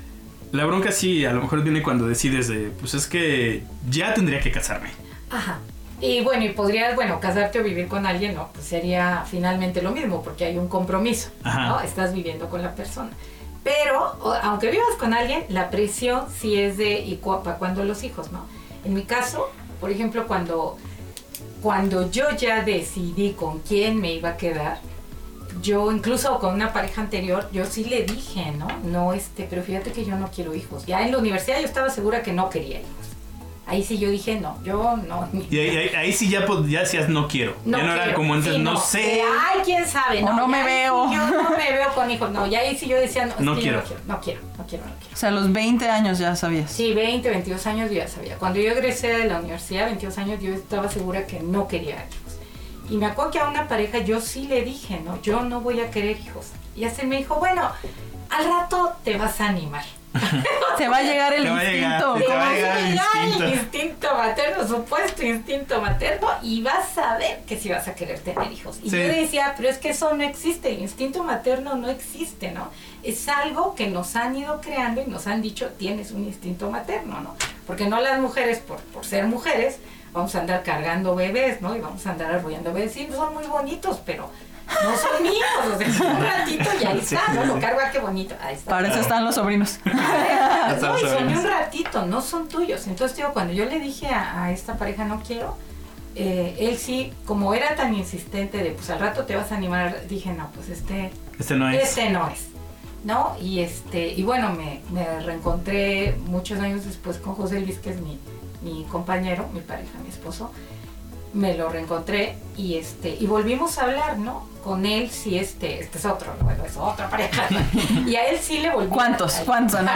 Speaker 1: La bronca sí, a lo mejor viene cuando decides de, pues es que ya tendría que casarme.
Speaker 3: Ajá. Y bueno, y podrías, bueno, casarte o vivir con alguien, no, pues sería finalmente lo mismo, porque hay un compromiso,
Speaker 1: Ajá.
Speaker 3: ¿no? Estás viviendo con la persona. Pero, o, aunque vivas con alguien, la presión sí es de, ¿y cu para cuándo los hijos, no? En mi caso, por ejemplo, cuando, cuando yo ya decidí con quién me iba a quedar, yo incluso con una pareja anterior, yo sí le dije, ¿no? No, este, pero fíjate que yo no quiero hijos. Ya en la universidad yo estaba segura que no quería hijos. Ahí sí yo dije, no, yo no.
Speaker 1: Y ahí, ahí, ahí sí ya, pues, ya decías no quiero.
Speaker 3: No
Speaker 1: ya no
Speaker 3: quiero.
Speaker 1: era como antes,
Speaker 3: Sí,
Speaker 1: no,
Speaker 3: no
Speaker 1: sé.
Speaker 3: Ay, quién sabe.
Speaker 2: O no me
Speaker 3: ya ahí
Speaker 2: veo.
Speaker 3: sí yo no me veo con hijos. No, ya ahí sí yo decía, no, es
Speaker 1: No
Speaker 3: que
Speaker 1: quiero.
Speaker 3: yo no quiero. No quiero, no quiero, no quiero.
Speaker 2: O sea, a los veinte años ya sabías.
Speaker 3: Sí, veinte, veintidós años yo ya sabía. Cuando yo egresé de la universidad, veintidós años, yo estaba segura que no quería hijos. Y me acuerdo que a una pareja yo sí le dije, no, yo no voy a querer hijos. Y así me dijo, bueno, al rato te vas a animar.
Speaker 2: Te va a llegar el
Speaker 1: Te va a llegar,
Speaker 2: instinto.
Speaker 1: te
Speaker 3: Te
Speaker 1: va
Speaker 3: va
Speaker 1: a
Speaker 3: a
Speaker 1: llegar el
Speaker 3: llegar
Speaker 1: instinto.
Speaker 3: el instinto materno, supuesto instinto materno, y vas a ver que sí vas a querer tener hijos. Y
Speaker 1: Sí.
Speaker 3: yo decía, pero es que eso no existe, el instinto materno no existe, ¿no? Es algo que nos han ido creando y nos han dicho, tienes un instinto materno, ¿no? Porque no las mujeres, por, por ser mujeres, vamos a andar cargando bebés, ¿no? Y vamos a andar arrullando bebés. Sí, son muy bonitos, pero no son míos. O sea, un ratito y ahí está, ¿no? Lo cargo, ah, qué bonito. Ahí está.
Speaker 2: Para eso están los sobrinos.
Speaker 3: No, y son de un ratito, no son tuyos. Entonces, digo, cuando yo le dije a, a esta pareja no quiero, eh, él sí, como era tan insistente de, pues al rato te vas a animar, dije, no, pues este,
Speaker 1: Este no es.
Speaker 3: este no es, ¿no? Y este, y bueno, me, me reencontré muchos años después con José Luis, que es mi, mi compañero, mi pareja, mi esposo. Me lo reencontré y este y volvimos a hablar, ¿no? Con él sí, este, este es otro, bueno, es otra pareja. Y a él sí le volví.
Speaker 2: ¿Cuántos?
Speaker 3: a-
Speaker 2: ¿Cuántos? Ana?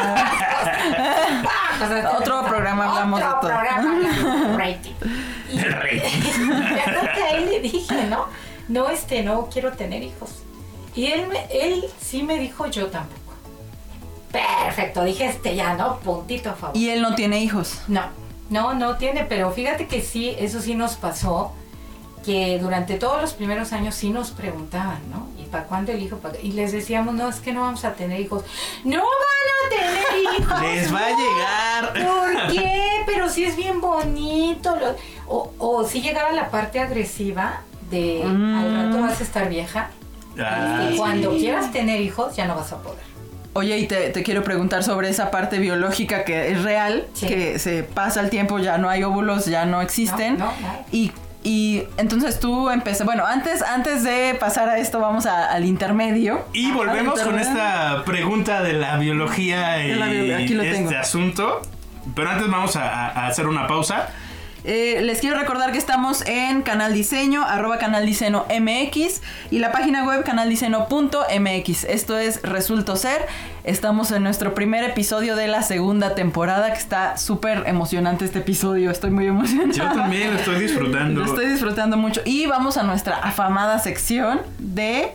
Speaker 3: O sea,
Speaker 2: Otro programa hablamos de
Speaker 3: otro
Speaker 2: todo.
Speaker 3: programa hablamos de rating. Y
Speaker 1: El rating.
Speaker 3: me acuerdo que a él le dije, ¿no? No, este, no quiero tener hijos. Y él, me, él sí me dijo, yo tampoco. Perfecto, dije este ya, ¿no? Puntito a favor.
Speaker 2: Y él no tiene hijos.
Speaker 3: No, no, no tiene, pero fíjate que sí, eso sí nos pasó, que durante todos los primeros años sí nos preguntaban, ¿no? ¿Y para cuándo el hijo? ¿Pa' y les decíamos, no, es que no vamos a tener hijos. ¡No van a tener hijos!
Speaker 1: Les va a
Speaker 3: no.
Speaker 1: llegar.
Speaker 3: ¿Por qué? Pero sí es bien bonito. Lo- o, o sí llegaba la parte agresiva de,
Speaker 2: Mm.
Speaker 3: al rato vas a estar vieja.
Speaker 1: Ah,
Speaker 3: y
Speaker 1: sí.
Speaker 3: cuando quieras tener hijos, ya no vas a poder.
Speaker 2: Oye, y te, te quiero preguntar sobre esa parte biológica que es real,
Speaker 3: Sí.
Speaker 2: que se pasa el tiempo, ya no hay óvulos, ya no existen.
Speaker 3: No, no, no.
Speaker 2: Y, y entonces tú empezaste, bueno, antes, antes de pasar a esto, vamos a- al intermedio.
Speaker 1: Y volvemos
Speaker 2: Al
Speaker 1: con
Speaker 2: intermedio.
Speaker 1: esta pregunta de la biología y
Speaker 2: De la biología, aquí lo
Speaker 1: este
Speaker 2: tengo.
Speaker 1: asunto. Pero antes vamos a, a hacer una pausa.
Speaker 2: Eh, les quiero recordar que estamos en Canal Diseño, arroba Canal Diseño M X y la página web canaldiseño punto M X. Esto es Resulto Ser. Estamos en nuestro primer episodio de la segunda temporada, que está súper emocionante este episodio. Estoy muy emocionada.
Speaker 1: Yo también lo estoy disfrutando.
Speaker 2: Lo estoy disfrutando mucho. Y vamos a nuestra afamada sección de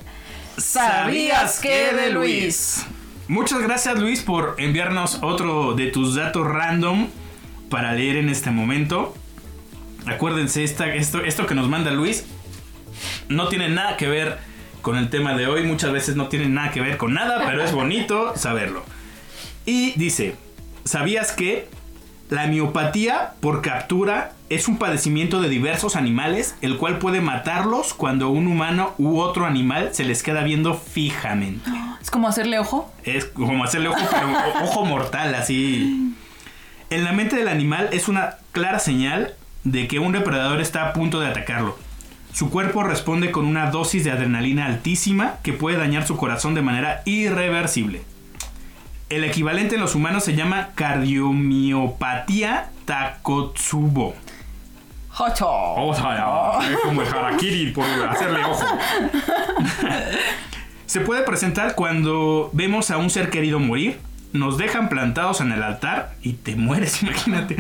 Speaker 1: ¿Sabías qué de Luis? Muchas gracias, Luis, por enviarnos otro de tus datos random para leer en este momento. Acuérdense, esta, esto, esto que nos manda Luis no tiene nada que ver con el tema de hoy. Muchas veces no tiene nada que ver con nada, pero es bonito saberlo. Y dice, ¿sabías que la miopatía por captura es un padecimiento de diversos animales, el cual puede matarlos cuando un humano u otro animal se les queda viendo fijamente?
Speaker 2: Es como hacerle ojo.
Speaker 1: Es como hacerle ojo, pero ojo mortal, así. En la mente del animal es una clara señal de que un depredador está a punto de atacarlo. Su cuerpo responde con una dosis de adrenalina altísima que puede dañar su corazón de manera irreversible. El equivalente en los humanos se llama cardiomiopatía Takotsubo.
Speaker 2: Hocho.
Speaker 1: O sea, es como el harakiri por hacerle ojo. Se puede presentar cuando vemos a un ser querido morir, nos dejan plantados en el altar y te mueres, imagínate.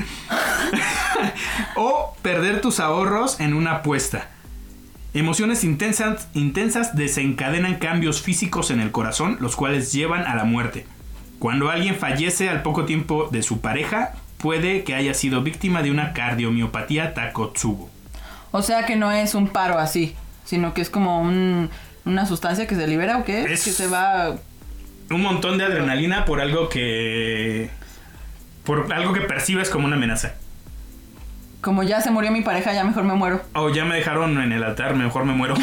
Speaker 1: O perder tus ahorros en una apuesta. Emociones intensas, intensas desencadenan cambios físicos en el corazón, los cuales llevan a la muerte. Cuando alguien fallece al poco tiempo de su pareja, puede que haya sido víctima de una cardiomiopatía Takotsubo.
Speaker 2: O sea que no es un paro así, sino que es como un, una sustancia que se libera o qué,
Speaker 1: Es-
Speaker 2: que se va
Speaker 1: un montón de adrenalina por algo que... por algo que percibes como una amenaza.
Speaker 2: Como ya se murió mi pareja, ya mejor me muero.
Speaker 1: O ya me dejaron en el altar, mejor me muero.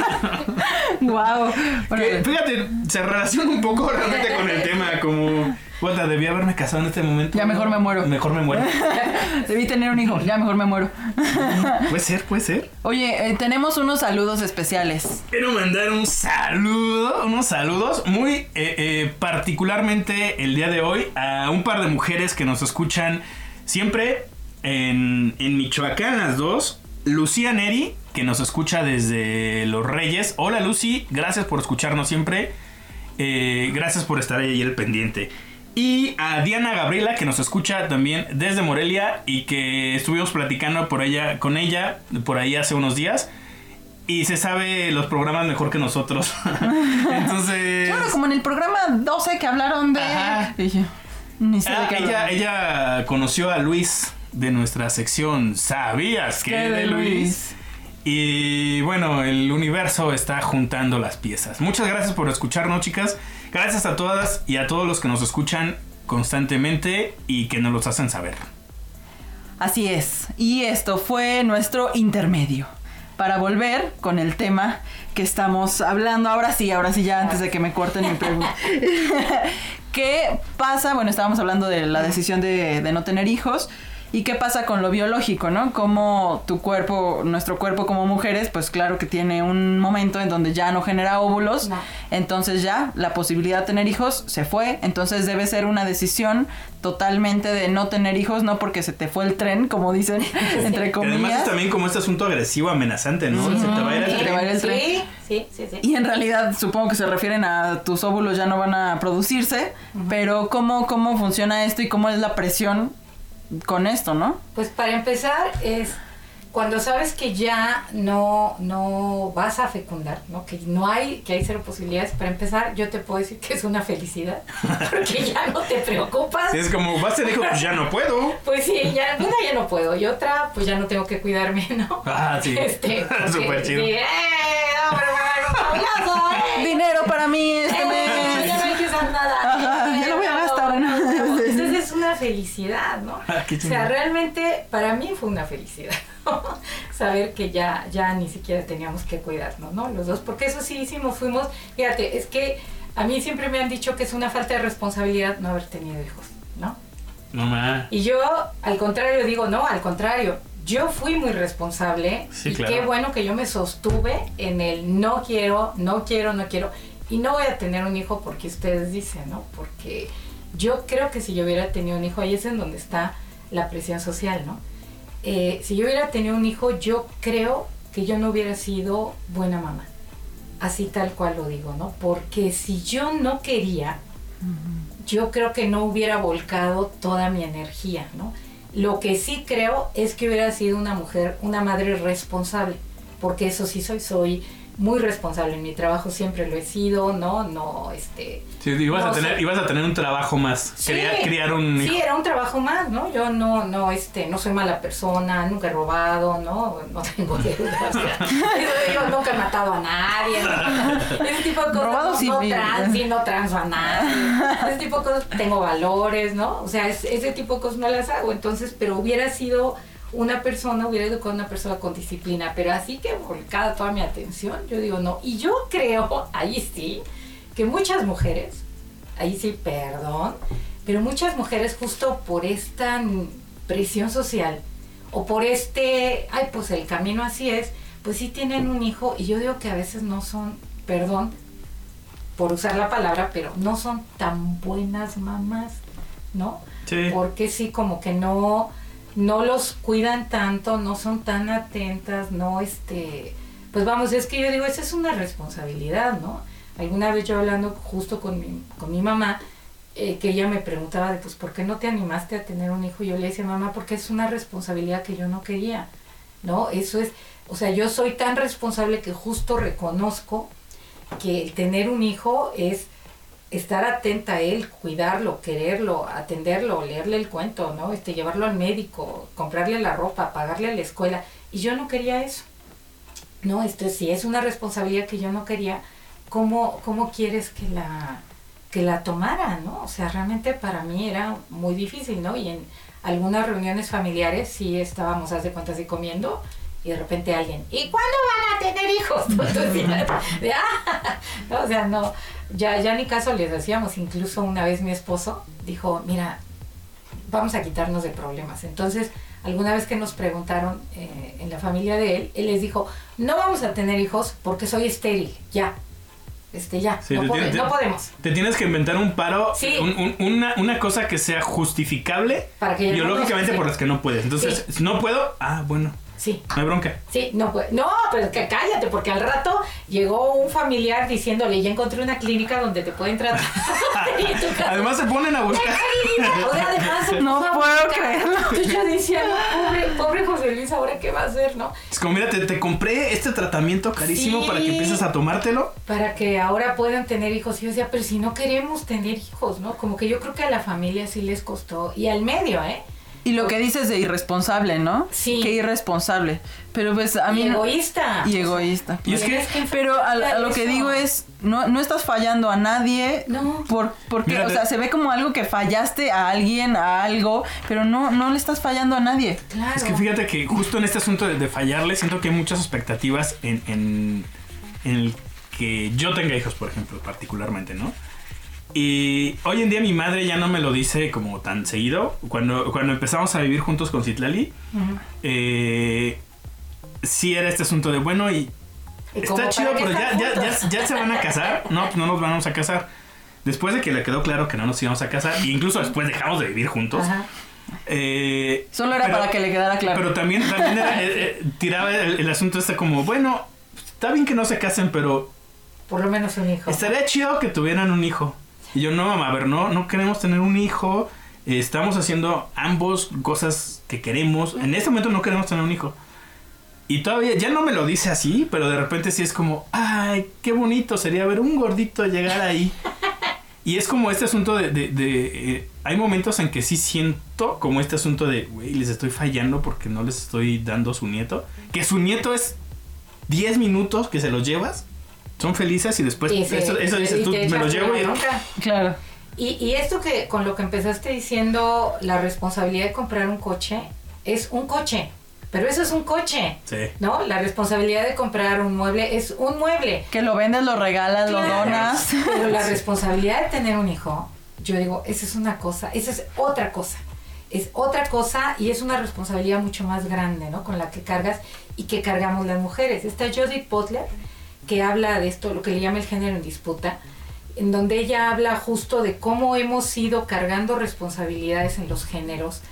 Speaker 2: Wow.
Speaker 1: Que, fíjate, se relaciona un poco realmente con el tema, como... Bueno, debí haberme casado en este momento.
Speaker 2: Ya mejor me muero.
Speaker 1: Mejor me muero.
Speaker 2: Debí tener un hijo, ya mejor me muero.
Speaker 1: Puede ser, puede ser.
Speaker 2: Oye, eh, tenemos unos saludos especiales.
Speaker 1: Quiero mandar un saludo, unos saludos muy eh, eh, particularmente el día de hoy a un par de mujeres que nos escuchan siempre en, en Michoacán, las dos. Lucía Neri, que nos escucha desde Los Reyes. Hola Lucy, gracias por escucharnos siempre. Eh, gracias por estar ahí al pendiente. Y a Diana Gabriela, que nos escucha también desde Morelia y que estuvimos platicando por ella, con ella por ahí hace unos días. Y se sabe los programas mejor que nosotros. Entonces...
Speaker 2: Claro, como en el programa doce que hablaron de...
Speaker 1: Ajá.
Speaker 2: Y yo, ni sé
Speaker 1: Ah,
Speaker 2: de qué
Speaker 1: ella,
Speaker 2: hablaron.
Speaker 1: ella conoció a Luis de nuestra sección ¿Sabías que
Speaker 2: ¿Qué
Speaker 1: de
Speaker 2: de
Speaker 1: Luis?
Speaker 2: Luis?
Speaker 1: Y bueno, el universo está juntando las piezas. Muchas gracias por escucharnos, chicas. Gracias a todas y a todos los que nos escuchan constantemente y que nos los hacen saber.
Speaker 2: Así es. Y esto fue nuestro intermedio. Para volver con el tema que estamos hablando. Ahora sí, ahora sí, ya antes de que me corten mi pregunta. ¿Qué pasa? Bueno, estábamos hablando de la decisión de, de no tener hijos. ¿Y qué pasa con lo biológico, no? Como tu cuerpo, nuestro cuerpo como mujeres, pues claro que tiene un momento en donde ya no genera óvulos.
Speaker 3: No.
Speaker 2: Entonces ya la posibilidad de tener hijos se fue. Entonces debe ser una decisión totalmente de no tener hijos, no porque se te fue el tren, como dicen, entre
Speaker 1: Y
Speaker 2: comillas.
Speaker 1: además es también como este asunto agresivo, amenazante, ¿no?
Speaker 2: Sí.
Speaker 1: Se te va a ir el
Speaker 2: Se te
Speaker 1: tren.
Speaker 2: va a ir el tren.
Speaker 3: Sí, sí, sí, sí.
Speaker 2: Y en realidad supongo que se refieren a tus óvulos ya no van a producirse, uh-huh. Pero ¿cómo, cómo funciona esto y cómo es la presión con esto, ¿no?
Speaker 3: Pues para empezar es cuando sabes que ya no, no vas a fecundar, ¿no? Que no hay, que hay cero posibilidades. Para empezar, yo te puedo decir que es una felicidad, porque ya no te preocupas.
Speaker 1: Sí, es como, vas a decir, pues ya no puedo.
Speaker 3: Pues sí, ya, una ya no puedo, y otra, pues ya no tengo que cuidarme, ¿no?
Speaker 1: Ah, sí.
Speaker 3: Este, porque,
Speaker 1: Súper chido.
Speaker 3: Sí, ¡eh! ¡No, pero me fabuloso, eh!
Speaker 2: Dinero para mí este
Speaker 3: ¡Eh!
Speaker 2: mes.
Speaker 3: Ya no hay que usar nada.
Speaker 2: Ajá, ya lo voy a gastar, ¿no?
Speaker 3: Entonces es una felicidad, ¿no?
Speaker 1: Ah, qué
Speaker 3: O sea,
Speaker 1: chingón.
Speaker 3: realmente para mí fue una felicidad, ¿no? Saber que ya, ya ni siquiera teníamos que cuidarnos, ¿no? Los dos, porque eso sí hicimos, fuimos, fíjate, es que a mí siempre me han dicho que es una falta de responsabilidad no haber tenido hijos, ¿no?
Speaker 1: No más.
Speaker 3: Y yo, al contrario, digo, no, al contrario, yo fui muy responsable.
Speaker 1: Sí,
Speaker 3: y
Speaker 1: claro.
Speaker 3: qué bueno que yo me sostuve en el no quiero, no quiero, no quiero. Y no voy a tener un hijo porque ustedes dicen, ¿no? Porque yo creo que si yo hubiera tenido un hijo, ahí es en donde está la presión social, ¿no? Eh, si yo hubiera tenido un hijo, yo creo que yo no hubiera sido buena mamá. Así tal cual lo digo, ¿no? Porque si yo no quería, uh-huh. yo creo que no hubiera volcado toda mi energía, ¿no? Lo que sí creo es que hubiera sido una mujer, una madre responsable, porque eso sí soy, soy muy responsable en mi trabajo, siempre lo he sido, ¿no? No, este...
Speaker 1: Sí, ibas,
Speaker 3: no
Speaker 1: a tener,
Speaker 3: soy...
Speaker 1: ibas a tener un trabajo más,
Speaker 3: sí,
Speaker 1: Quería, criar un hijo.
Speaker 3: Sí, era un trabajo más, ¿no? Yo no, no, este, no soy mala persona, nunca he robado, ¿no? No tengo deudas, o sea, yo nunca he matado a nadie, ¿no? Ese tipo de cosas,
Speaker 2: Robado
Speaker 3: no,
Speaker 2: sí,
Speaker 3: no,
Speaker 2: sí.
Speaker 3: trans, sí, no transo a nadie, ese tipo de cosas, tengo valores, ¿no? O sea, es, ese tipo de cosas no las hago, entonces, pero hubiera sido una persona, hubiera educado a una persona con disciplina, pero así que volcada toda mi atención, yo digo no, y yo creo, ahí sí, que muchas mujeres, ahí sí, perdón, pero muchas mujeres justo por esta presión social o por este, ay, pues el camino así es, pues sí tienen un hijo y yo digo que a veces no son, perdón por usar la palabra, pero no son tan buenas mamás, ¿no?
Speaker 1: Sí.
Speaker 3: Porque sí, como que no, no los cuidan tanto, no son tan atentas, no, este, pues vamos, es que yo digo, esa es una responsabilidad, ¿no? Alguna vez yo hablando justo con mi, con mi mamá, eh, que ella me preguntaba de, pues, ¿por qué no te animaste a tener un hijo? Yo le decía, mamá, porque es una responsabilidad que yo no quería, ¿no? Eso es, o sea, yo soy tan responsable que justo reconozco que el tener un hijo es estar atenta a él, cuidarlo, quererlo, atenderlo, leerle el cuento, ¿no? Este, llevarlo al médico, comprarle la ropa, pagarle a la escuela, y yo no quería eso, ¿no? Este, si es una responsabilidad que yo no quería, ¿Cómo, ¿Cómo quieres que la, que la tomara, ¿no? O sea, realmente para mí era muy difícil, ¿no? Y en algunas reuniones familiares sí estábamos, haz de cuenta, así comiendo, y de repente alguien, ¿y cuándo van a tener hijos? Entonces, de, ah, no, o sea, no, ya, ya ni caso les hacíamos. Incluso una vez mi esposo dijo, mira, vamos a quitarnos de problemas. Entonces, alguna vez que nos preguntaron eh, en la familia de él, él les dijo, no vamos a tener hijos porque soy estéril, ya. Este, ya,
Speaker 1: sí,
Speaker 3: no,
Speaker 1: te,
Speaker 3: pode,
Speaker 1: te,
Speaker 3: no podemos.
Speaker 1: Te tienes que inventar un paro,
Speaker 3: sí.
Speaker 1: un, un, una, una cosa que sea justificable
Speaker 3: Para que
Speaker 1: biológicamente no, por las que no puedes. Entonces,
Speaker 3: sí.
Speaker 1: si no puedo, ah, bueno.
Speaker 3: Sí.
Speaker 1: No hay bronca.
Speaker 3: Sí, no puede. No, pero que cállate, porque al rato llegó un familiar diciéndole, ya encontré una clínica donde te pueden tratar.
Speaker 1: Además se ponen a buscar.
Speaker 3: O sea, además
Speaker 2: no puedo creerlo.
Speaker 3: Entonces yo decía, no, pobre, pobre José Luis, ¿ahora qué va a hacer, no?
Speaker 1: Es como, mira, te, te compré este tratamiento carísimo, sí, para que empieces a tomártelo.
Speaker 3: Para que ahora puedan tener hijos. Y yo decía, pero si no queremos tener hijos, ¿no? Como que yo creo que a la familia sí les costó. Y al medio, ¿eh?
Speaker 2: Y lo que dices de irresponsable, ¿no?
Speaker 3: Sí.
Speaker 2: Qué irresponsable. Pero pues a mí...
Speaker 3: Y egoísta.
Speaker 2: Y egoísta.
Speaker 1: Y es que...
Speaker 2: Pero a, a lo que digo es, no, no estás fallando a nadie.
Speaker 3: No.
Speaker 2: Por, porque,
Speaker 1: Mira,
Speaker 2: o sea, se ve como algo que fallaste a alguien, a algo, pero no, no le estás fallando a nadie.
Speaker 3: Claro.
Speaker 1: Es que fíjate que justo en este asunto de, de fallarle, siento que hay muchas expectativas en, en, en el que yo tenga hijos, por ejemplo, particularmente, ¿no? Y hoy en día mi madre ya no me lo dice como tan seguido. Cuando, cuando empezamos a vivir juntos con Citlali, uh-huh. eh, sí era este asunto de, bueno, y, ¿Y está chido, pero ya, ya, ya, ya se van a casar. No, pues no nos vamos a casar. Después de que le quedó claro que no nos íbamos a casar, e incluso después dejamos de vivir juntos.
Speaker 3: Uh-huh.
Speaker 1: eh,
Speaker 2: Solo era
Speaker 1: pero,
Speaker 2: para que le quedara claro.
Speaker 1: Pero también, también era, eh, eh, tiraba el, el asunto este como, bueno, está bien que no se casen, pero...
Speaker 3: Por lo menos un hijo.
Speaker 1: Estaría chido que tuvieran un hijo. Y yo, no, mamá, a ver, no, no queremos tener un hijo. Eh, estamos haciendo ambos cosas que queremos. En este momento no queremos tener un hijo. Y todavía, ya no me lo dice así, pero de repente sí es como, ay, qué bonito sería ver un gordito llegar ahí. Y es como este asunto de... de, de eh, hay momentos en que sí siento como este asunto de, güey, les estoy fallando porque no les estoy dando su nieto. Que su nieto es diez minutos que se los llevas. Son felices y después
Speaker 3: y se,
Speaker 1: eso, eso
Speaker 3: y
Speaker 1: dices tú, me lo llevo y...
Speaker 2: Claro.
Speaker 3: Y, y esto que con lo que empezaste diciendo, la responsabilidad de comprar un coche, es un coche, pero eso es un coche,
Speaker 1: sí.
Speaker 3: ¿no? La responsabilidad de comprar un mueble es un mueble.
Speaker 2: Que lo vendes, lo regalas, claro, lo donas.
Speaker 3: Pero la responsabilidad de tener un hijo, yo digo, esa es una cosa, esa es otra cosa. Es otra cosa y es una responsabilidad mucho más grande, ¿no? Con la que cargas y que cargamos las mujeres. Está Judith Butler, que habla de esto, lo que le llama el género en disputa, en donde ella habla justo de cómo hemos ido cargando responsabilidades en los géneros.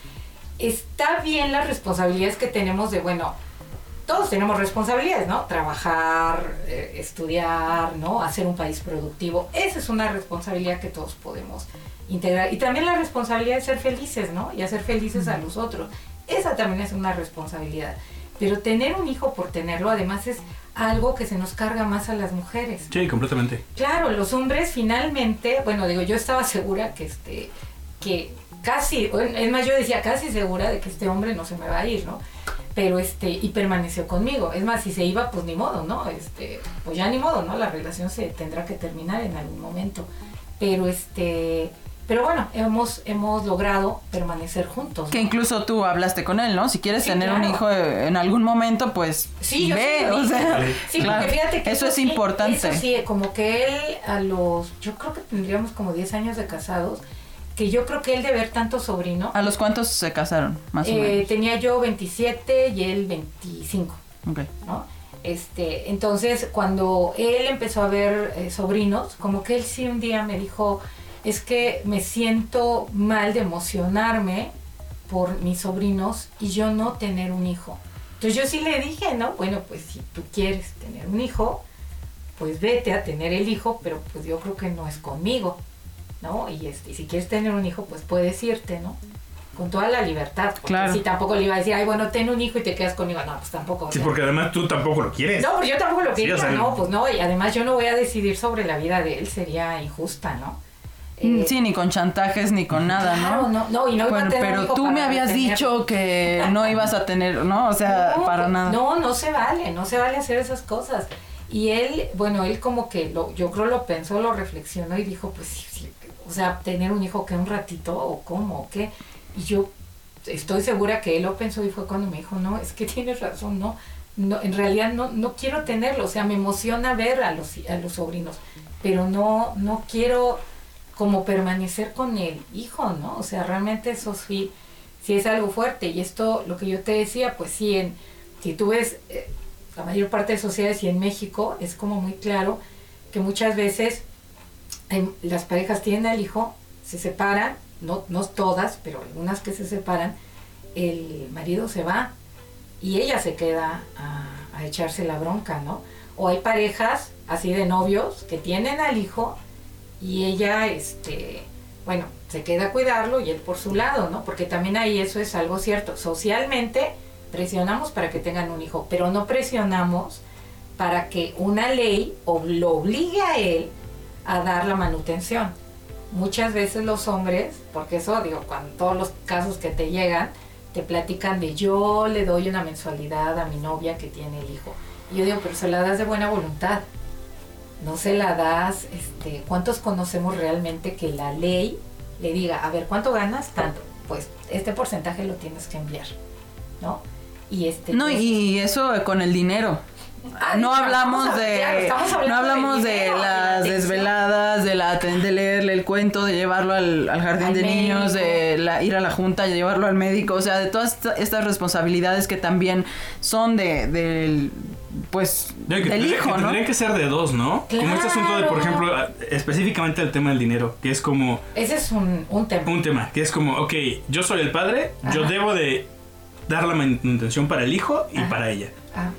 Speaker 3: Está bien las responsabilidades que tenemos de, bueno, todos tenemos responsabilidades, ¿no? Trabajar, eh, estudiar, ¿no? Hacer un país productivo. Esa es una responsabilidad que todos podemos integrar. Y también la responsabilidad de ser felices, ¿no? Y hacer felices a los otros. Esa también es una responsabilidad. Pero tener un hijo por tenerlo, además, es algo que se nos carga más a las mujeres.
Speaker 1: Sí, completamente.
Speaker 3: Claro, los hombres finalmente, bueno, digo, yo estaba segura que este, que casi, es más, yo decía casi segura de que este hombre no se me va a ir, ¿no? Pero este, y permaneció conmigo. Es más, si se iba, pues ni modo, ¿no? Este, pues ya ni modo, ¿no? La relación se tendrá que terminar en algún momento. Pero este... Pero bueno, hemos hemos logrado permanecer juntos, ¿no?
Speaker 2: Que incluso tú hablaste con él, ¿no? Si quieres
Speaker 3: sí,
Speaker 2: tener
Speaker 3: claro.
Speaker 2: un hijo en algún momento, pues
Speaker 3: sí, yo
Speaker 2: ve,
Speaker 3: sí,
Speaker 2: o sea,
Speaker 3: sí,
Speaker 2: claro,
Speaker 3: porque fíjate que
Speaker 2: eso, eso es
Speaker 3: sí,
Speaker 2: importante.
Speaker 3: Eso sí, como que él a los, yo creo que tendríamos como diez años de casados, que yo creo que él de ver tanto sobrino.
Speaker 2: ¿A los cuántos se casaron, más o
Speaker 3: eh,
Speaker 2: menos?
Speaker 3: Tenía yo veintisiete y él veinticinco,
Speaker 2: okay.
Speaker 3: ¿no? Este, entonces cuando él empezó a ver eh, sobrinos, como que él sí un día me dijo, es que me siento mal de emocionarme por mis sobrinos y yo no tener un hijo. Entonces yo sí le dije, ¿no? Bueno, pues si tú quieres tener un hijo, pues vete a tener el hijo, pero pues yo creo que no es conmigo, ¿no? Y, este, y si quieres tener un hijo, pues puedes irte, ¿no? Con toda la libertad. Porque
Speaker 2: claro.
Speaker 3: si tampoco le iba a decir, ay, bueno, ten un hijo y te quedas conmigo. No, pues tampoco.
Speaker 1: Sí,
Speaker 3: ¿no?
Speaker 1: porque además tú tampoco lo quieres.
Speaker 3: No, pues yo tampoco lo quería,
Speaker 1: sí, o sea,
Speaker 3: no, pues no. Y además yo no voy a decidir sobre la vida de él, sería injusta, ¿no?
Speaker 2: Eh, sí, ni con chantajes, ni con nada,
Speaker 3: claro,
Speaker 2: ¿no?
Speaker 3: no, no, y no
Speaker 2: bueno,
Speaker 3: iba a tener
Speaker 2: pero
Speaker 3: un hijo
Speaker 2: tú me
Speaker 3: para
Speaker 2: habías
Speaker 3: tener...
Speaker 2: dicho que no ibas a tener, ¿no? O sea,
Speaker 3: no,
Speaker 2: para nada.
Speaker 3: No, no se vale, no se vale hacer esas cosas. Y él, bueno, él como que lo, yo creo lo pensó, lo reflexionó y dijo, pues sí, sí, o sea, tener un hijo que un ratito o cómo, o qué. Y yo estoy segura que él lo pensó y fue cuando me dijo, no, es que tienes razón, no, no en realidad no, no quiero tenerlo, o sea, me emociona ver a los, a los sobrinos, pero no, no quiero como permanecer con el hijo, ¿no? O sea, realmente eso sí, sí es algo fuerte. Y esto, lo que yo te decía, pues sí, en, si tú ves eh, la mayor parte de sociedades y en México, es como muy claro que muchas veces eh, las parejas tienen al hijo, se separan, no, no todas, pero algunas que se separan, el marido se va y ella se queda a, a echarse la bronca, ¿no? O hay parejas así de novios que tienen al hijo y ella, este, bueno, se queda a cuidarlo y él por su lado, ¿no? Porque también ahí eso es algo cierto. Socialmente presionamos para que tengan un hijo, pero no presionamos para que una ley o lo obligue a él a dar la manutención. Muchas veces los hombres, porque eso, digo, cuando todos los casos que te llegan, te platican de yo le doy una mensualidad a mi novia que tiene el hijo. Y yo digo, pero se la das de buena voluntad. No se la das, este, ¿cuántos conocemos realmente que la ley le diga, a ver, ¿cuánto ganas? Tanto. Pues este porcentaje lo tienes que enviar, ¿no? Y este...
Speaker 2: No,
Speaker 3: pues,
Speaker 2: y eso con el dinero.
Speaker 3: Ah,
Speaker 2: no
Speaker 3: claro,
Speaker 2: hablamos
Speaker 3: estamos,
Speaker 2: de
Speaker 3: claro, estamos hablando
Speaker 2: no hablamos
Speaker 3: de,
Speaker 2: de,
Speaker 3: dinero,
Speaker 2: las
Speaker 3: de la atención.
Speaker 2: desveladas, de la de leerle el cuento, de llevarlo al, al jardín
Speaker 3: Al
Speaker 2: de
Speaker 3: médico.
Speaker 2: niños, de la, ir a la junta, de llevarlo al médico, o sea, de todas esta- estas responsabilidades que también son de del pues
Speaker 1: Ya, que
Speaker 2: del
Speaker 1: tendría-
Speaker 2: hijo,
Speaker 1: que
Speaker 2: ¿no?
Speaker 1: tendrían que ser de dos, ¿no? Como este asunto de, por
Speaker 3: Claro.
Speaker 1: ejemplo, a- específicamente el tema del dinero, que es como
Speaker 3: Ese es un, un tema.
Speaker 1: un tema, que es como, ok, yo soy el padre, yo
Speaker 3: Ajá.
Speaker 1: debo de dar la manutención para el hijo y
Speaker 3: Ajá.
Speaker 1: para ella.
Speaker 3: Ah,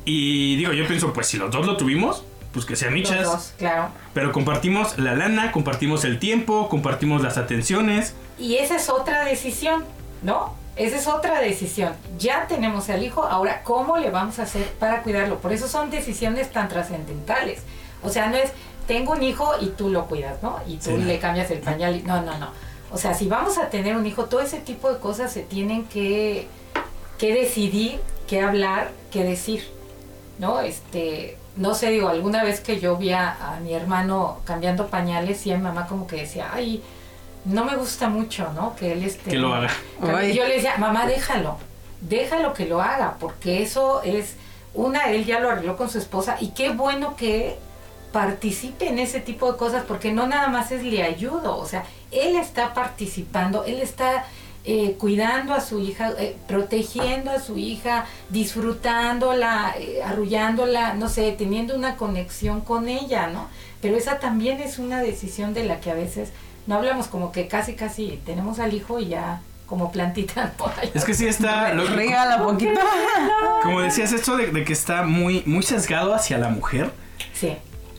Speaker 1: Y digo, yo pienso, pues si los dos lo tuvimos, pues que sea
Speaker 3: los
Speaker 1: michas.
Speaker 3: dos, claro.
Speaker 1: Pero compartimos la lana, compartimos el tiempo, compartimos las atenciones.
Speaker 3: Y esa es otra decisión, ¿no? Esa es otra decisión. Ya tenemos al hijo, ahora, ¿cómo le vamos a hacer para cuidarlo? Por eso son decisiones tan trascendentales. O sea, no es, tengo un hijo y tú lo cuidas, ¿no? Y tú
Speaker 1: Sí.
Speaker 3: le cambias el pañal. Y, no, no, no. O sea, si vamos a tener un hijo, todo ese tipo de cosas se tienen que, que decidir, que hablar, que decir, ¿no? Este, no sé, digo, alguna vez que yo vi a, a mi hermano cambiando pañales y a mi mamá como que decía, ay, no me gusta mucho, ¿no? Que él este...
Speaker 1: Que lo haga.
Speaker 2: Ay.
Speaker 3: Yo le decía, mamá, déjalo, déjalo que lo haga, porque eso es, una, él ya lo arregló con su esposa, y qué bueno que participe en ese tipo de cosas, porque no nada más es le ayudo, o sea, él está participando, él está eh, cuidando a su hija, eh, protegiendo a su hija, disfrutándola, eh, arrullándola, no sé, teniendo una conexión con ella, ¿no? Pero esa también es una decisión de la que a veces no hablamos, como que casi, casi tenemos al hijo y ya como plantita por ahí.
Speaker 1: Es que sí está... lo-
Speaker 2: Regala poquito.
Speaker 1: como decías, esto de, de que está muy, muy sesgado hacia la mujer.
Speaker 3: Sí.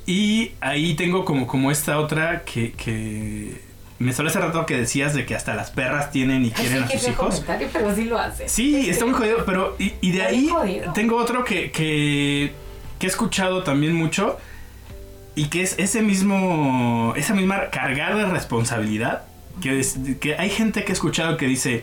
Speaker 1: Y ahí tengo como, como esta otra que, que... Me salió hace rato que decías de que hasta las perras tienen y quieren
Speaker 3: Así
Speaker 1: a
Speaker 3: que
Speaker 1: sus
Speaker 3: fue
Speaker 1: hijos.
Speaker 3: comentario, pero sí lo hace.
Speaker 1: Sí, está muy jodido, pero y, y de
Speaker 3: Está
Speaker 1: ahí
Speaker 3: bien jodido.
Speaker 1: tengo otro que, que, que he escuchado también mucho y que es ese mismo, esa misma carga de responsabilidad, que, es, que hay gente que he escuchado que dice,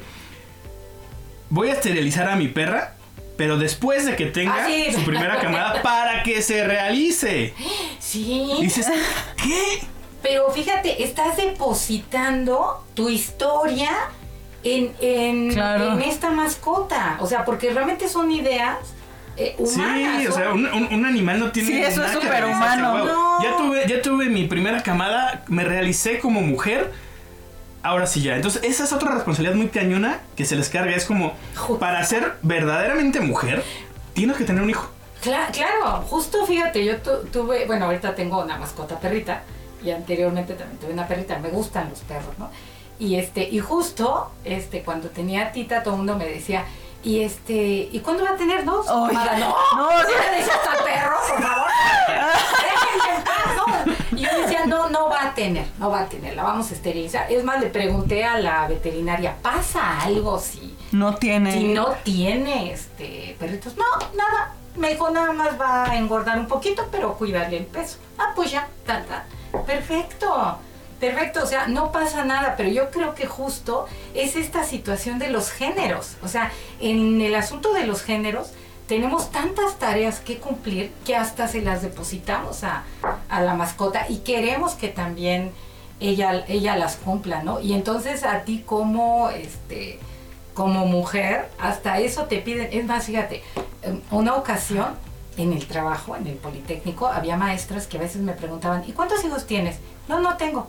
Speaker 1: voy a esterilizar a mi perra, pero después de que tenga
Speaker 3: Ah, sí.
Speaker 1: su primera camada para que se realice.
Speaker 3: Sí.
Speaker 1: Y dices, ¿qué?
Speaker 3: Pero fíjate, estás depositando tu historia en, en,
Speaker 2: Claro.
Speaker 3: en esta mascota. O sea, porque realmente son ideas eh, humanas.
Speaker 1: Sí, o
Speaker 3: son-
Speaker 1: sea, un, un- un animal no tiene
Speaker 2: Sí, eso
Speaker 1: nada
Speaker 2: es
Speaker 1: que
Speaker 2: superhumano.
Speaker 1: realizarse, wow.
Speaker 3: No.
Speaker 1: Ya tuve, ya tuve mi primera camada, me realicé como mujer. Ahora sí ya. Entonces, esa es otra responsabilidad muy cañona que se les carga. Es como,
Speaker 3: Justo.
Speaker 1: para ser verdaderamente mujer, tienes que tener un hijo.
Speaker 3: Cla- claro, justo fíjate, yo tu- tuve, bueno, ahorita tengo una mascota perrita y anteriormente también tuve una perrita, me gustan los perros, ¿no? Y este, y justo, este, cuando tenía Tita, todo el mundo me decía, y este, ¿y cuándo va a tener dos?
Speaker 2: Ay.
Speaker 3: Amada, no,
Speaker 2: No,
Speaker 3: no,
Speaker 2: no.
Speaker 3: le decías al perro, por favor, déjenme en paz, ¿no? Y yo decía, no, no va a tener, no va a tener, la vamos a esterilizar. Es más, le pregunté a la veterinaria, ¿pasa algo si,
Speaker 2: No tiene.
Speaker 3: si no tiene este perritos? No, nada. Me dijo, nada más va a engordar un poquito, pero cuidarle el peso. Ah, pues ya, tan, tan. Perfecto, perfecto. O sea, no pasa nada, pero yo creo que justo es esta situación de los géneros. O sea, en el asunto de los géneros, tenemos tantas tareas que cumplir que hasta se las depositamos a, a la mascota y queremos que también ella, ella las cumpla, ¿no? Y entonces a ti como, este, como mujer, hasta eso te piden. Es más, fíjate, una ocasión en el trabajo, en el Politécnico, había maestras que a veces me preguntaban, ¿y cuántos hijos tienes? No, no tengo.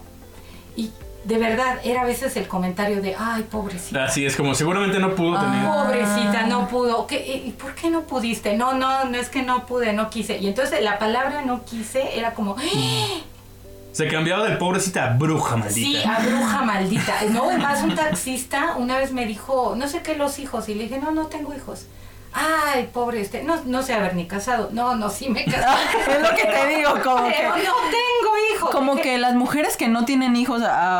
Speaker 3: Y de verdad, era a veces el comentario de, ay, pobrecita.
Speaker 1: Así es, como seguramente no pudo
Speaker 2: Ah.
Speaker 1: tener.
Speaker 3: Pobrecita, no pudo. ¿Qué, ¿Y por qué no pudiste? No, no, no es que no pude, no quise. Y entonces la palabra no quise era como, ¡ah!
Speaker 1: Se cambiaba de pobrecita a bruja maldita.
Speaker 3: Sí, a bruja maldita. No, además un taxista una vez me dijo, no sé qué, los hijos. Y le dije, no, no tengo hijos. Ay, pobre este, no, no sé haber ni casado. No, no, sí me casé.
Speaker 2: Es lo que te digo, como
Speaker 3: Pero
Speaker 2: que...
Speaker 3: no tengo hijos.
Speaker 2: Como
Speaker 3: Dije,
Speaker 2: que las mujeres que no tienen hijos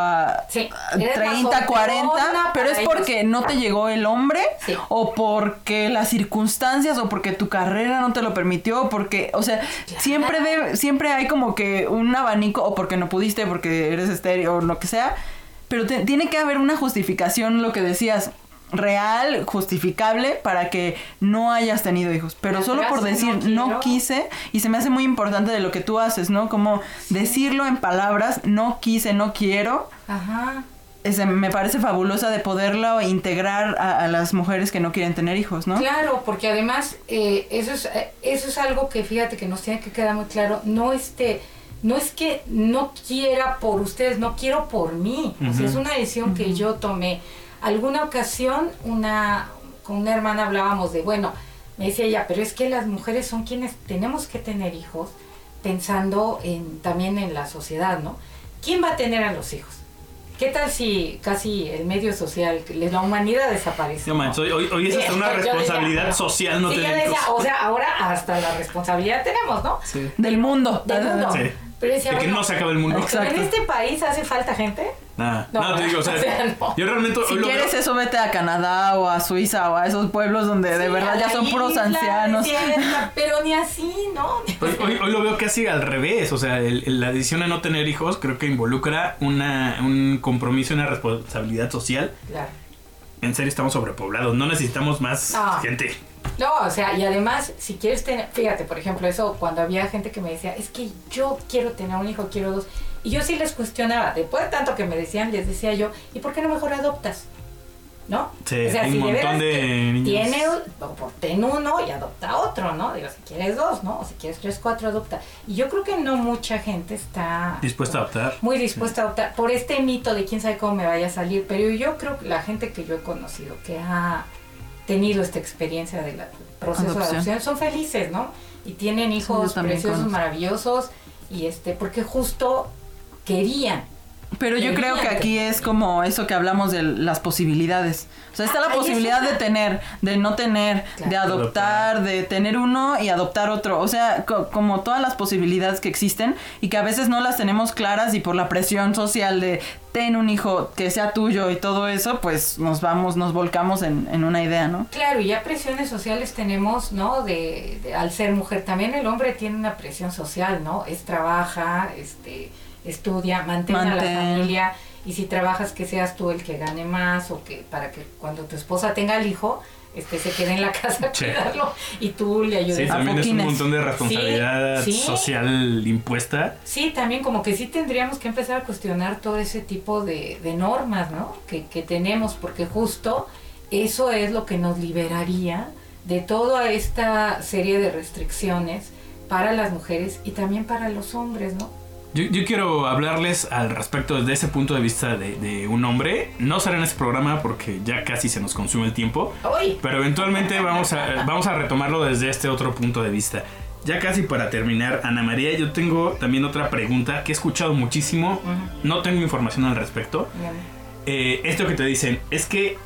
Speaker 2: a
Speaker 3: Sí,
Speaker 2: a
Speaker 3: eres la
Speaker 2: treinta, cuarenta,
Speaker 3: solterona
Speaker 2: pero es
Speaker 3: para
Speaker 2: porque no te llegó el hombre,
Speaker 3: Sí.
Speaker 2: o porque las circunstancias, o porque tu carrera no te lo permitió, o porque, o sea,
Speaker 3: Claro.
Speaker 2: siempre de, siempre hay como que un abanico, o porque no pudiste, porque eres estéril, o lo que sea, pero te- tiene que haber una justificación, lo que decías, real, justificable, para que no hayas tenido hijos. Pero
Speaker 3: La
Speaker 2: solo por
Speaker 3: frase,
Speaker 2: decir
Speaker 3: "No
Speaker 2: no
Speaker 3: quiero".
Speaker 2: quise, y se me hace muy importante de lo que tú haces, ¿no? Como decirlo en palabras, no quise, no quiero.
Speaker 3: Ajá.
Speaker 2: Ese, me parece fabulosa de poderlo integrar a, a las mujeres que no quieren tener hijos, ¿no?
Speaker 3: Claro, porque además eh, eso es eh, eso es algo que fíjate que nos tiene que quedar muy claro. No este, no es que no quiera por ustedes, no quiero por mí. O sea, es una decisión que yo tomé. Alguna ocasión, una con una hermana hablábamos de, bueno, me decía ella, pero es que las mujeres son quienes tenemos que tener hijos, pensando en también en la sociedad, ¿no? ¿Quién va a tener a los hijos? ¿Qué tal si casi el medio social, la humanidad desaparece?
Speaker 1: No manches, hoy, hoy, hoy es hasta una
Speaker 3: Yo decía,
Speaker 1: responsabilidad
Speaker 3: bueno,
Speaker 1: social no
Speaker 3: sí, yo
Speaker 1: tener
Speaker 3: decía,
Speaker 1: hijos.
Speaker 3: o sea, ahora hasta la responsabilidad tenemos, ¿no?
Speaker 1: Sí.
Speaker 2: Del mundo.
Speaker 3: Del mundo.
Speaker 1: Sí.
Speaker 3: Pero decía,
Speaker 1: De que
Speaker 3: bueno,
Speaker 1: no se acabe el mundo.
Speaker 2: Exacto.
Speaker 3: ¿pero en este país hace falta gente?
Speaker 1: Nada.
Speaker 3: No,
Speaker 1: No, te digo, o sea,
Speaker 3: o sea, no.
Speaker 1: yo realmente
Speaker 2: Si
Speaker 1: hoy lo
Speaker 2: quieres
Speaker 1: veo-
Speaker 2: eso, vete a Canadá o a Suiza o a esos pueblos donde de
Speaker 3: Sí,
Speaker 2: verdad
Speaker 3: a
Speaker 2: ya
Speaker 3: la
Speaker 2: son puros
Speaker 3: isla
Speaker 2: ancianos.
Speaker 3: desierta, pero ni así, ¿no?
Speaker 1: Hoy, hoy- hoy lo veo casi al revés, o sea, el- el- la decisión de no tener hijos creo que involucra una, un compromiso y una responsabilidad social.
Speaker 3: Claro.
Speaker 1: En serio, estamos sobrepoblados, no necesitamos más
Speaker 3: No.
Speaker 1: gente.
Speaker 3: No, o sea, y además, si quieres tener, fíjate, por ejemplo, eso cuando había gente que me decía, es que yo quiero tener un hijo, quiero dos, y yo sí les cuestionaba, después de tanto que me decían, les decía yo, ¿y por qué no mejor adoptas? ¿No?
Speaker 1: Sí, hay un
Speaker 3: de
Speaker 1: montón
Speaker 3: veras
Speaker 1: de
Speaker 3: que
Speaker 1: niños.
Speaker 3: tiene, o por- ten uno y adopta otro, ¿no? Digo, si quieres dos, ¿no? O si quieres tres, cuatro, adopta. Y yo creo que no mucha gente está
Speaker 1: Dispuesta a adoptar.
Speaker 3: muy dispuesta a adoptar por este mito de quién sabe cómo me vaya a salir, pero yo creo que la gente que yo he conocido que ha tenido esta experiencia del proceso
Speaker 2: Adopción.
Speaker 3: de adopción son felices, ¿no? Y tienen
Speaker 2: Sí,
Speaker 3: hijos
Speaker 2: yo también
Speaker 3: preciosos,
Speaker 2: conozco.
Speaker 3: maravillosos, y este, porque justo querían.
Speaker 2: Pero yo creo que aquí es como eso que hablamos de las posibilidades. O sea, está la
Speaker 3: Ah, ahí es
Speaker 2: posibilidad
Speaker 3: una-
Speaker 2: de tener, de no tener,
Speaker 3: Claro.
Speaker 2: de adoptar, de tener uno y adoptar otro. O sea, co- como todas las posibilidades que existen y que a veces no las tenemos claras y por la presión social de ten un hijo que sea tuyo y todo eso, pues nos vamos, nos volcamos en, en una idea, ¿no?
Speaker 3: Claro, y ya presiones sociales tenemos, ¿no? De, de- al ser mujer, también el hombre tiene una presión social, ¿no? Es trabaja, este, estudia, mantén a la
Speaker 2: Mantén.
Speaker 3: familia, y si trabajas que seas tú el que gane más, o que para que cuando tu esposa tenga el hijo, este, se quede en la casa a
Speaker 1: Sí.
Speaker 3: cuidarlo, y tú le ayudes.
Speaker 1: Sí,
Speaker 3: a
Speaker 1: también es un
Speaker 2: poquines.
Speaker 1: montón de responsabilidad
Speaker 3: Sí, sí.
Speaker 1: social impuesta.
Speaker 3: Sí, también como que sí tendríamos que empezar a cuestionar todo ese tipo de, de normas, ¿no? Que, que tenemos, porque justo eso es lo que nos liberaría de toda esta serie de restricciones para las mujeres y también para los hombres, ¿no?
Speaker 1: Yo, yo quiero hablarles al respecto desde ese punto de vista de, de un hombre. No será en este programa porque ya casi se nos consume el tiempo.
Speaker 3: ¡Uy!
Speaker 1: Pero eventualmente vamos a, vamos a retomarlo desde este otro punto de vista. Ya casi para terminar, Ana María, yo tengo también otra pregunta que he escuchado muchísimo.
Speaker 3: Ujú.
Speaker 1: No tengo información al respecto.
Speaker 3: Bien.
Speaker 1: Eh, esto que te dicen es que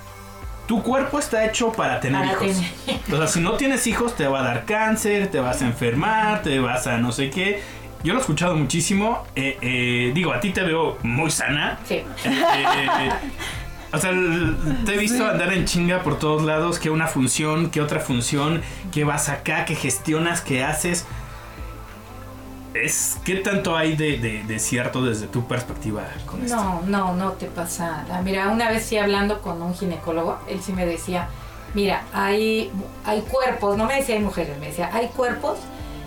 Speaker 1: tu cuerpo está hecho para tener
Speaker 3: Para
Speaker 1: hijos.
Speaker 3: tener.
Speaker 1: O sea, si no tienes hijos te va a dar cáncer, te vas a enfermar, te vas a no sé qué. Yo lo he escuchado muchísimo. Eh, eh, digo, a ti te veo muy sana.
Speaker 3: Sí.
Speaker 1: Eh, eh, o sea, l- te he visto andar en chinga por todos lados. Que una función, que otra función, que vas acá, que gestionas, que haces. Es, ¿qué tanto hay de, de, de cierto desde tu perspectiva con esto?
Speaker 3: No, no, no te pasa nada. Mira, una vez sí hablando con un ginecólogo, él sí me decía, Mira, hay, hay cuerpos, no me decía hay mujeres, me decía, hay cuerpos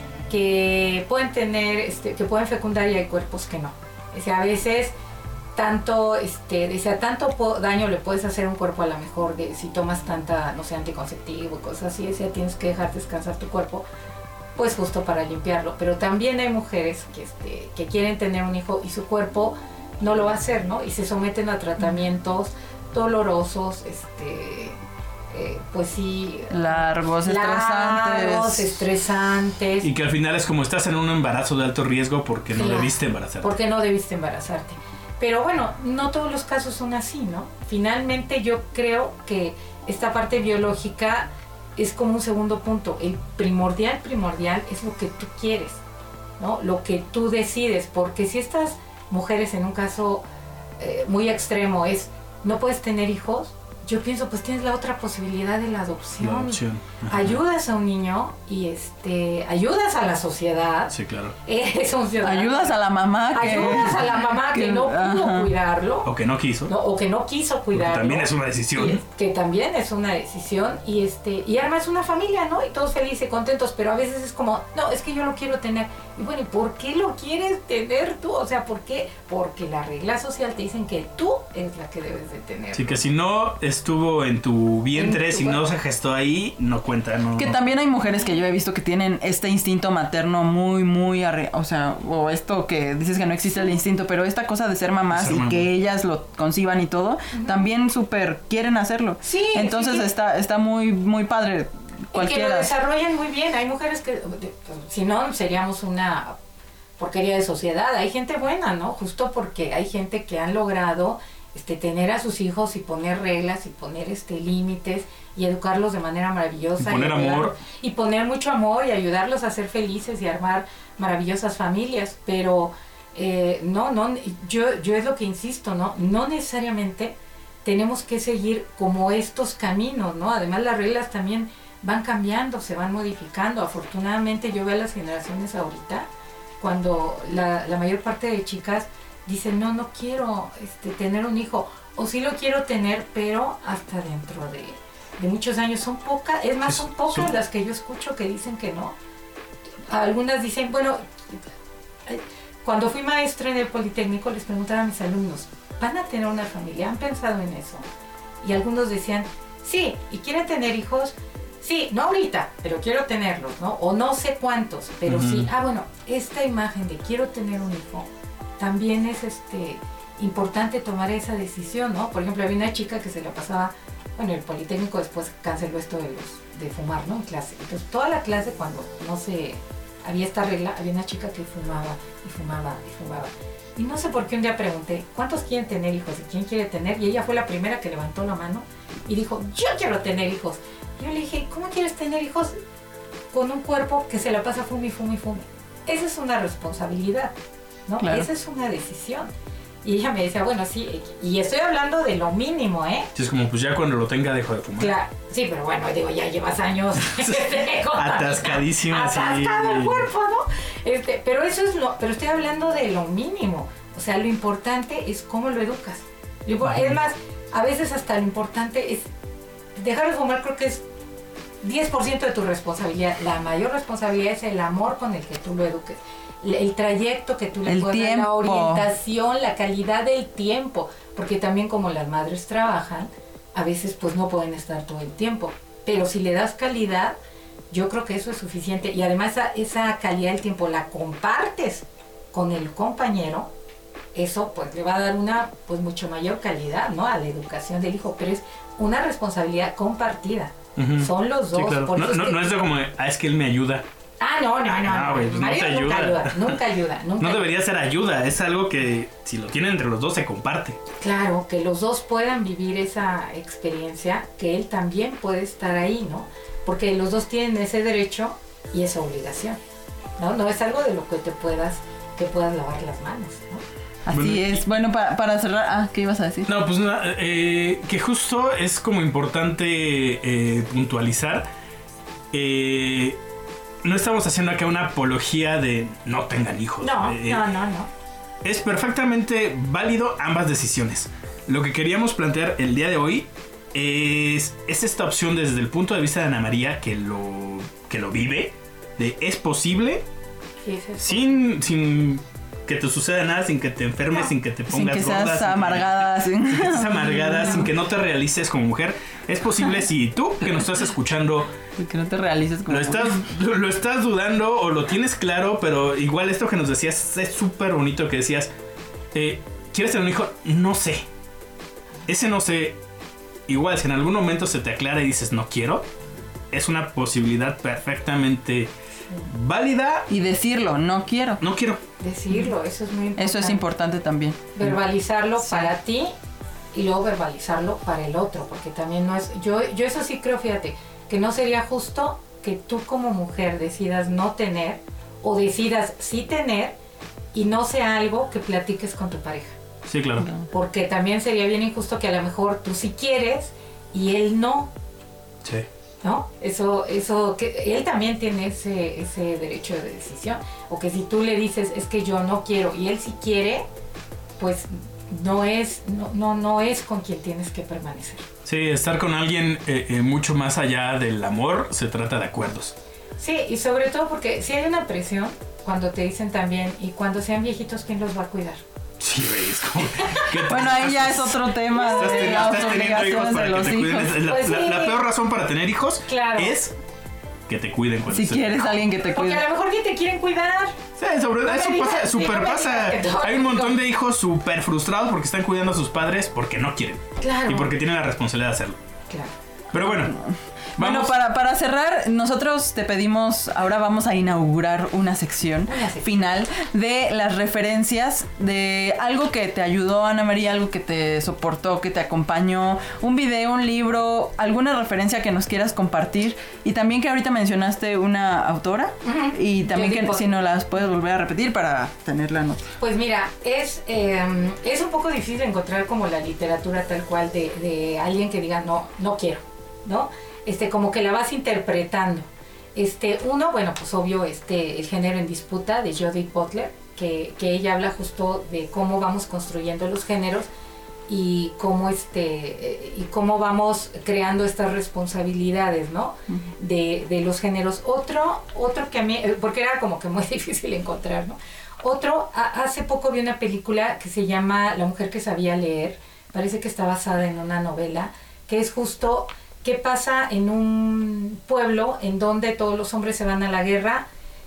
Speaker 3: que pueden tener, este, que pueden fecundar y hay cuerpos que no. O sea, a veces tanto, este, decía, tanto po- daño le puedes hacer a un cuerpo a lo mejor de, si tomas tanta, no sé, anticonceptivo y cosas así, decía, tienes que dejar descansar tu cuerpo, pues justo para limpiarlo. Pero también hay mujeres que, este, que quieren tener un hijo y su cuerpo no lo va a hacer, ¿no? Y se someten a tratamientos dolorosos, este... Eh, pues sí,
Speaker 2: largos, estresantes.
Speaker 3: Largos, estresantes.
Speaker 1: Y que al final es como estás en un embarazo de alto riesgo porque no
Speaker 3: claro,
Speaker 1: debiste embarazarte.
Speaker 3: Porque no debiste embarazarte. Pero bueno, no todos los casos son así, ¿no? Finalmente yo creo que esta parte biológica es como un segundo punto. El primordial, primordial es lo que tú quieres, ¿no? Lo que tú decides. Porque si estas mujeres en un caso eh, muy extremo es no puedes tener hijos, yo pienso, pues tienes la otra posibilidad de la adopción.
Speaker 1: La adopción.
Speaker 3: Ayudas a un niño y este ayudas a la sociedad.
Speaker 1: Sí, claro.
Speaker 3: Eres un ciudadano.
Speaker 2: Ayudas a la mamá que...
Speaker 3: Ayudas a la mamá que, que no pudo ajá. cuidarlo.
Speaker 1: O que no quiso.
Speaker 3: No, o que no quiso cuidarlo.
Speaker 1: Porque también es una decisión.
Speaker 3: Y, que también es una decisión. Y este y armas una familia, ¿no? Y todos felices, contentos. Pero a veces es como, no, es que yo lo quiero tener. Y bueno, ¿y por qué lo quieres tener tú? O sea, ¿por qué? Porque la regla social te dicen que tú eres la que debes de tener.
Speaker 1: Sí, que si no estuvo en tu vientre, en tu si cuerpo. No se gestó ahí, no cuenta, no.
Speaker 2: Que también hay mujeres que yo he visto que tienen este instinto materno muy, muy, arre- o sea, o esto que dices que no existe el instinto, pero esta cosa de ser mamás ser y mamá. Que ellas lo conciban y todo, uh-huh. también súper quieren hacerlo.
Speaker 3: Sí.
Speaker 2: Entonces
Speaker 3: sí, sí.
Speaker 2: está, está muy, muy padre. Cualquiera.
Speaker 3: Y que lo desarrollan muy bien. Hay mujeres que, si no, seríamos una porquería de sociedad. Hay gente buena, ¿no? Justo porque hay gente que han logrado este, tener a sus hijos y poner reglas y poner este límites y educarlos de manera maravillosa.
Speaker 1: Y poner
Speaker 3: y ayudar,
Speaker 1: amor.
Speaker 3: Y poner mucho amor y ayudarlos a ser felices y armar maravillosas familias. Pero eh, no, no, yo, yo es lo que insisto, ¿no? No necesariamente tenemos que seguir como estos caminos, ¿no? Además las reglas también van cambiando, se van modificando. Afortunadamente yo veo a las generaciones ahorita, cuando la, la mayor parte de chicas dicen, no, no quiero este, tener un hijo, o sí lo quiero tener, pero hasta dentro de, de muchos años. Son pocas, es más, son pocas son... las que yo escucho que dicen que no. Algunas dicen, bueno, cuando fui maestra en el Politécnico les preguntaba a mis alumnos, ¿van a tener una familia? ¿Han pensado en eso? Y algunos decían, sí, ¿y quieren tener hijos? Sí, no ahorita, pero quiero tenerlos, ¿no? O no sé cuántos, pero uh-huh. sí. Ah, bueno, esta imagen de quiero tener un hijo, también es este importante tomar esa decisión, ¿no? Por ejemplo, había una chica que se la pasaba, bueno, el Politécnico después canceló esto de los de fumar, ¿no? En clase. Entonces, toda la clase, cuando no se había esta regla, había una chica que fumaba y fumaba y fumaba. Y no sé por qué un día pregunté, ¿cuántos quieren tener hijos? ¿Y quién quiere tener? Y ella fue la primera que levantó la mano y dijo, yo quiero tener hijos. Yo le dije, ¿cómo quieres tener hijos con un cuerpo que se la pasa fume y fume y fume? Esa es una responsabilidad, ¿no? Claro. Esa es una decisión. Y ella me decía, bueno, sí, y estoy hablando de lo mínimo, ¿eh?
Speaker 1: Sí, es como, pues ya cuando lo tenga dejo de fumar.
Speaker 3: Claro, sí, pero bueno, digo, ya llevas años
Speaker 1: atascadísima,
Speaker 3: atascado sí. el cuerpo, ¿no? Este, pero eso es lo, pero estoy hablando de lo mínimo. O sea, lo importante es cómo lo educas. Lo, es más, a veces hasta lo importante es dejar de fumar, creo que es diez por ciento de tu responsabilidad. La mayor responsabilidad es el amor con el que tú lo eduques, el trayecto que tú le puedas dar, la orientación, la calidad del tiempo, porque también como las madres trabajan, a veces pues no pueden estar todo el tiempo, pero si le das calidad, yo creo que eso es suficiente. Y además esa, esa calidad del tiempo la compartes con el compañero, eso pues le va a dar una pues mucho mayor calidad, ¿no? A la educación del hijo, pero es una responsabilidad compartida. Uh-huh. Son los dos.
Speaker 1: Sí, claro.
Speaker 3: Por
Speaker 1: no,
Speaker 3: eso
Speaker 1: no,
Speaker 3: es que...
Speaker 1: no es de como, ah, es que él me ayuda.
Speaker 3: Ah, no, no, no.
Speaker 1: No, güey, pues no te ayuda.
Speaker 3: Nunca ayuda, nunca ayuda. Nunca
Speaker 1: no debería ser ayuda, es algo que si lo tienen entre los dos se comparte.
Speaker 3: Claro, que los dos puedan vivir esa experiencia, que él también puede estar ahí, ¿no? Porque los dos tienen ese derecho y esa obligación, ¿no? No es algo de lo que te puedas, que puedas lavar las manos, ¿no?
Speaker 2: Así bueno, es. Bueno, para, para cerrar, ah, ¿qué ibas a decir?
Speaker 1: No, pues nada, eh, que justo es como importante eh, puntualizar. Eh, no estamos haciendo acá una apología de no tengan hijos.
Speaker 3: No,
Speaker 1: eh,
Speaker 3: no, no, no.
Speaker 1: Es perfectamente válido ambas decisiones. Lo que queríamos plantear el día de hoy es, es esta opción desde el punto de vista de Ana María que lo, que lo vive, de es posible,
Speaker 3: Sí, sí, sí.
Speaker 1: sin, sin que te suceda nada, sin que te enfermes,
Speaker 3: No.
Speaker 1: sin que te
Speaker 2: Sin
Speaker 1: pongas
Speaker 2: que
Speaker 1: gorda,
Speaker 2: seas
Speaker 1: sin que-
Speaker 2: amargada. sin-
Speaker 1: sin que estés amargada, sin que no te realices como mujer. Es posible si tú que nos estás escuchando
Speaker 2: sin que no te realices como
Speaker 1: lo estás, lo, lo estás dudando o lo tienes claro, pero igual esto que nos decías es súper bonito que decías, eh, ¿quieres tener un hijo? No sé. Ese no sé, igual si en algún momento se te aclara y dices no quiero, es una posibilidad perfectamente válida.
Speaker 2: Y decirlo, no quiero.
Speaker 1: No quiero.
Speaker 3: Decirlo, eso es muy importante.
Speaker 2: Eso es importante también.
Speaker 3: Verbalizarlo
Speaker 2: Sí.
Speaker 3: para ti y luego verbalizarlo para el otro, porque también no es, yo, yo eso sí creo, fíjate, que no sería justo que tú como mujer decidas no tener o decidas sí tener y no sea algo que platiques con tu pareja,
Speaker 1: Sí, claro.
Speaker 3: porque también sería bien injusto que a lo mejor tú sí quieres y él no,
Speaker 1: Sí.
Speaker 3: ¿no? Eso, eso, que él también tiene ese, ese derecho de decisión, o que si tú le dices es que yo no quiero y él sí quiere, pues no es, no, no, no es con quien tienes que permanecer.
Speaker 1: Sí, estar con alguien eh, eh, mucho más allá del amor se trata de acuerdos.
Speaker 3: Sí, y sobre todo porque si hay una presión cuando te dicen también, y cuando sean viejitos, ¿quién los va a cuidar?
Speaker 1: Sí, güey, es como que te-
Speaker 2: Bueno, ahí ya es otro tema
Speaker 1: Estás,
Speaker 2: de
Speaker 1: teni-
Speaker 2: las
Speaker 1: estás teniendo hijos
Speaker 2: obligaciones de
Speaker 1: para que
Speaker 2: los
Speaker 1: te cuiden.
Speaker 2: hijos.
Speaker 1: Es La,
Speaker 3: Pues
Speaker 1: la-
Speaker 3: sí.
Speaker 1: la peor razón para tener hijos
Speaker 3: Claro.
Speaker 1: es que te cuiden cuando
Speaker 2: Si
Speaker 1: estés-
Speaker 2: quieres alguien que te
Speaker 3: Porque
Speaker 2: cuide.
Speaker 3: a lo mejor ni te quieren cuidar.
Speaker 1: Sí, sobre
Speaker 3: No me
Speaker 1: eso
Speaker 3: digas,
Speaker 1: pasa,
Speaker 3: sí,
Speaker 1: súper
Speaker 3: no me
Speaker 1: pasa.
Speaker 3: digas que todo-
Speaker 1: Hay un montón de hijos súper frustrados porque están cuidando a sus padres porque no quieren.
Speaker 3: Claro.
Speaker 1: Y porque tienen la responsabilidad de hacerlo.
Speaker 3: Claro.
Speaker 1: Pero bueno,
Speaker 2: Bueno,
Speaker 1: vamos.
Speaker 2: para, para cerrar, nosotros te pedimos, ahora vamos a inaugurar una sección
Speaker 3: Una sección.
Speaker 2: final de las referencias de algo que te ayudó, Ana María, algo que te soportó, que te acompañó, un video, un libro, alguna referencia que nos quieras compartir, y también que ahorita mencionaste una autora,
Speaker 3: Ujú.
Speaker 2: y también
Speaker 3: Jodie
Speaker 2: que
Speaker 3: Potler.
Speaker 2: si no las puedes volver a repetir para tener la nota.
Speaker 3: Pues mira, es, eh, es un poco difícil encontrar como la literatura tal cual de, de alguien que diga no, no quiero, ¿no? Este, como que la vas interpretando. Este, uno, bueno, pues obvio, este, El género en disputa de Jodie Potler, que, que ella habla justo de cómo vamos construyendo los géneros y cómo este eh, y cómo vamos creando estas responsabilidades, ¿no? De, de los géneros. Otro, otro que a mí, eh, porque era como que muy difícil encontrar, ¿no? Otro, a- hace poco vi una película que se llama La mujer que sabía leer, parece que está basada en una novela, que es justo qué pasa en un pueblo en donde todos los hombres se van a la guerra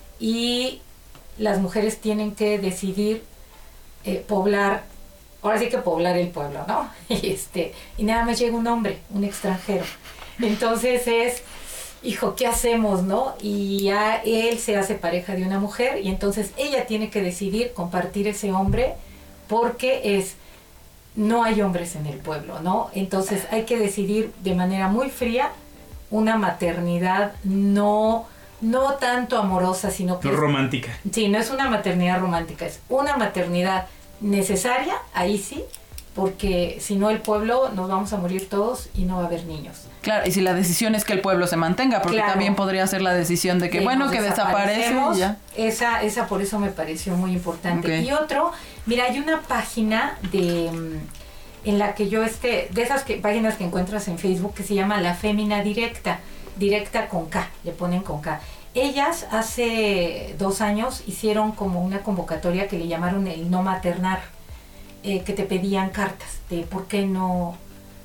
Speaker 3: y las mujeres tienen que decidir eh, poblar, ahora sí que poblar el pueblo, ¿no? Y, este, y nada más llega un hombre, un extranjero. Entonces es, hijo, ¿qué hacemos, no? Y ya él se hace pareja de una mujer y entonces ella tiene que decidir compartir ese hombre porque es, no hay hombres en el pueblo, ¿no? Entonces hay que decidir de manera muy fría una maternidad no, no tanto amorosa, sino que
Speaker 1: No
Speaker 3: es-
Speaker 1: romántica.
Speaker 3: sí, no es una maternidad romántica, es una maternidad necesaria, ahí sí, porque si no el pueblo nos vamos a morir todos y no va a haber niños.
Speaker 2: Claro, y si la decisión es que el pueblo se mantenga, porque
Speaker 3: Claro.
Speaker 2: también podría ser la decisión de que,
Speaker 3: Eh,
Speaker 2: bueno,
Speaker 3: nos
Speaker 2: que desaparece
Speaker 3: desaparecemos.
Speaker 2: y ya.
Speaker 3: Esa, esa por eso me pareció muy importante.
Speaker 2: Ok.
Speaker 3: Y otro, mira, hay una página de mm, en la que yo este, de esas que, páginas que encuentras en Facebook que se llama La Fémina Directa, directa con K, le ponen con K. Ellas hace dos años hicieron como una convocatoria que le llamaron el no maternar, eh, que te pedían cartas de por qué no,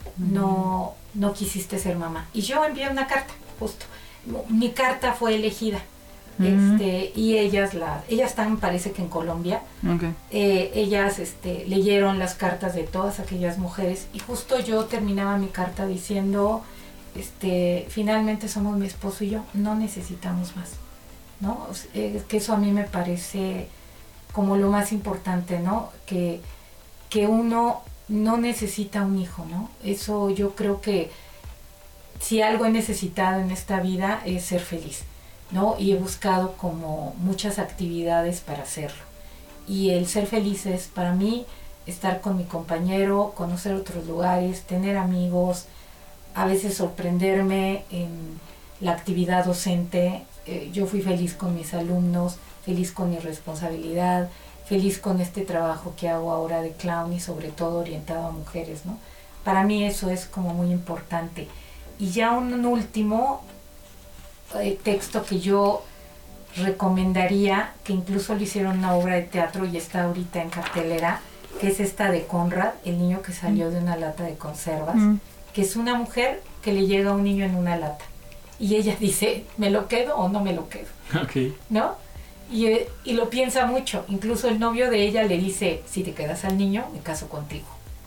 Speaker 3: no, no quisiste ser mamá. Y yo envié una carta, justo. Mi carta fue elegida.
Speaker 2: Mm.
Speaker 3: Este, y ellas la, ellas están, parece que en Colombia,
Speaker 2: Ok.
Speaker 3: eh, ellas este, leyeron las cartas de todas aquellas mujeres y justo yo terminaba mi carta diciendo, este, finalmente somos mi esposo y yo, no necesitamos más, ¿no? O sea, eh, que eso a mí me parece como lo más importante, ¿no? Que, que uno no necesita un hijo, ¿no? Eso yo creo que si algo he necesitado en esta vida es ser feliz, ¿no? Y he buscado como muchas actividades para hacerlo. Y el ser feliz es para mí estar con mi compañero, conocer otros lugares, tener amigos, a veces sorprenderme en la actividad docente. Eh, yo fui feliz con mis alumnos, feliz con mi responsabilidad, feliz con este trabajo que hago ahora de clown y sobre todo orientado a mujeres, ¿no? Para mí eso es como muy importante. Y ya un último eh, texto que yo recomendaría, que incluso lo hicieron una obra de teatro y está ahorita en cartelera, que es esta de Conrad, el niño que salió de una lata de conservas, mm. que es una mujer que le llega a un niño en una lata. Y ella dice, ¿me lo quedo o no me lo quedo?
Speaker 1: Okay.
Speaker 3: ¿No? Y, y lo piensa mucho. Incluso el novio de ella le dice, si te quedas al niño, me caso contigo.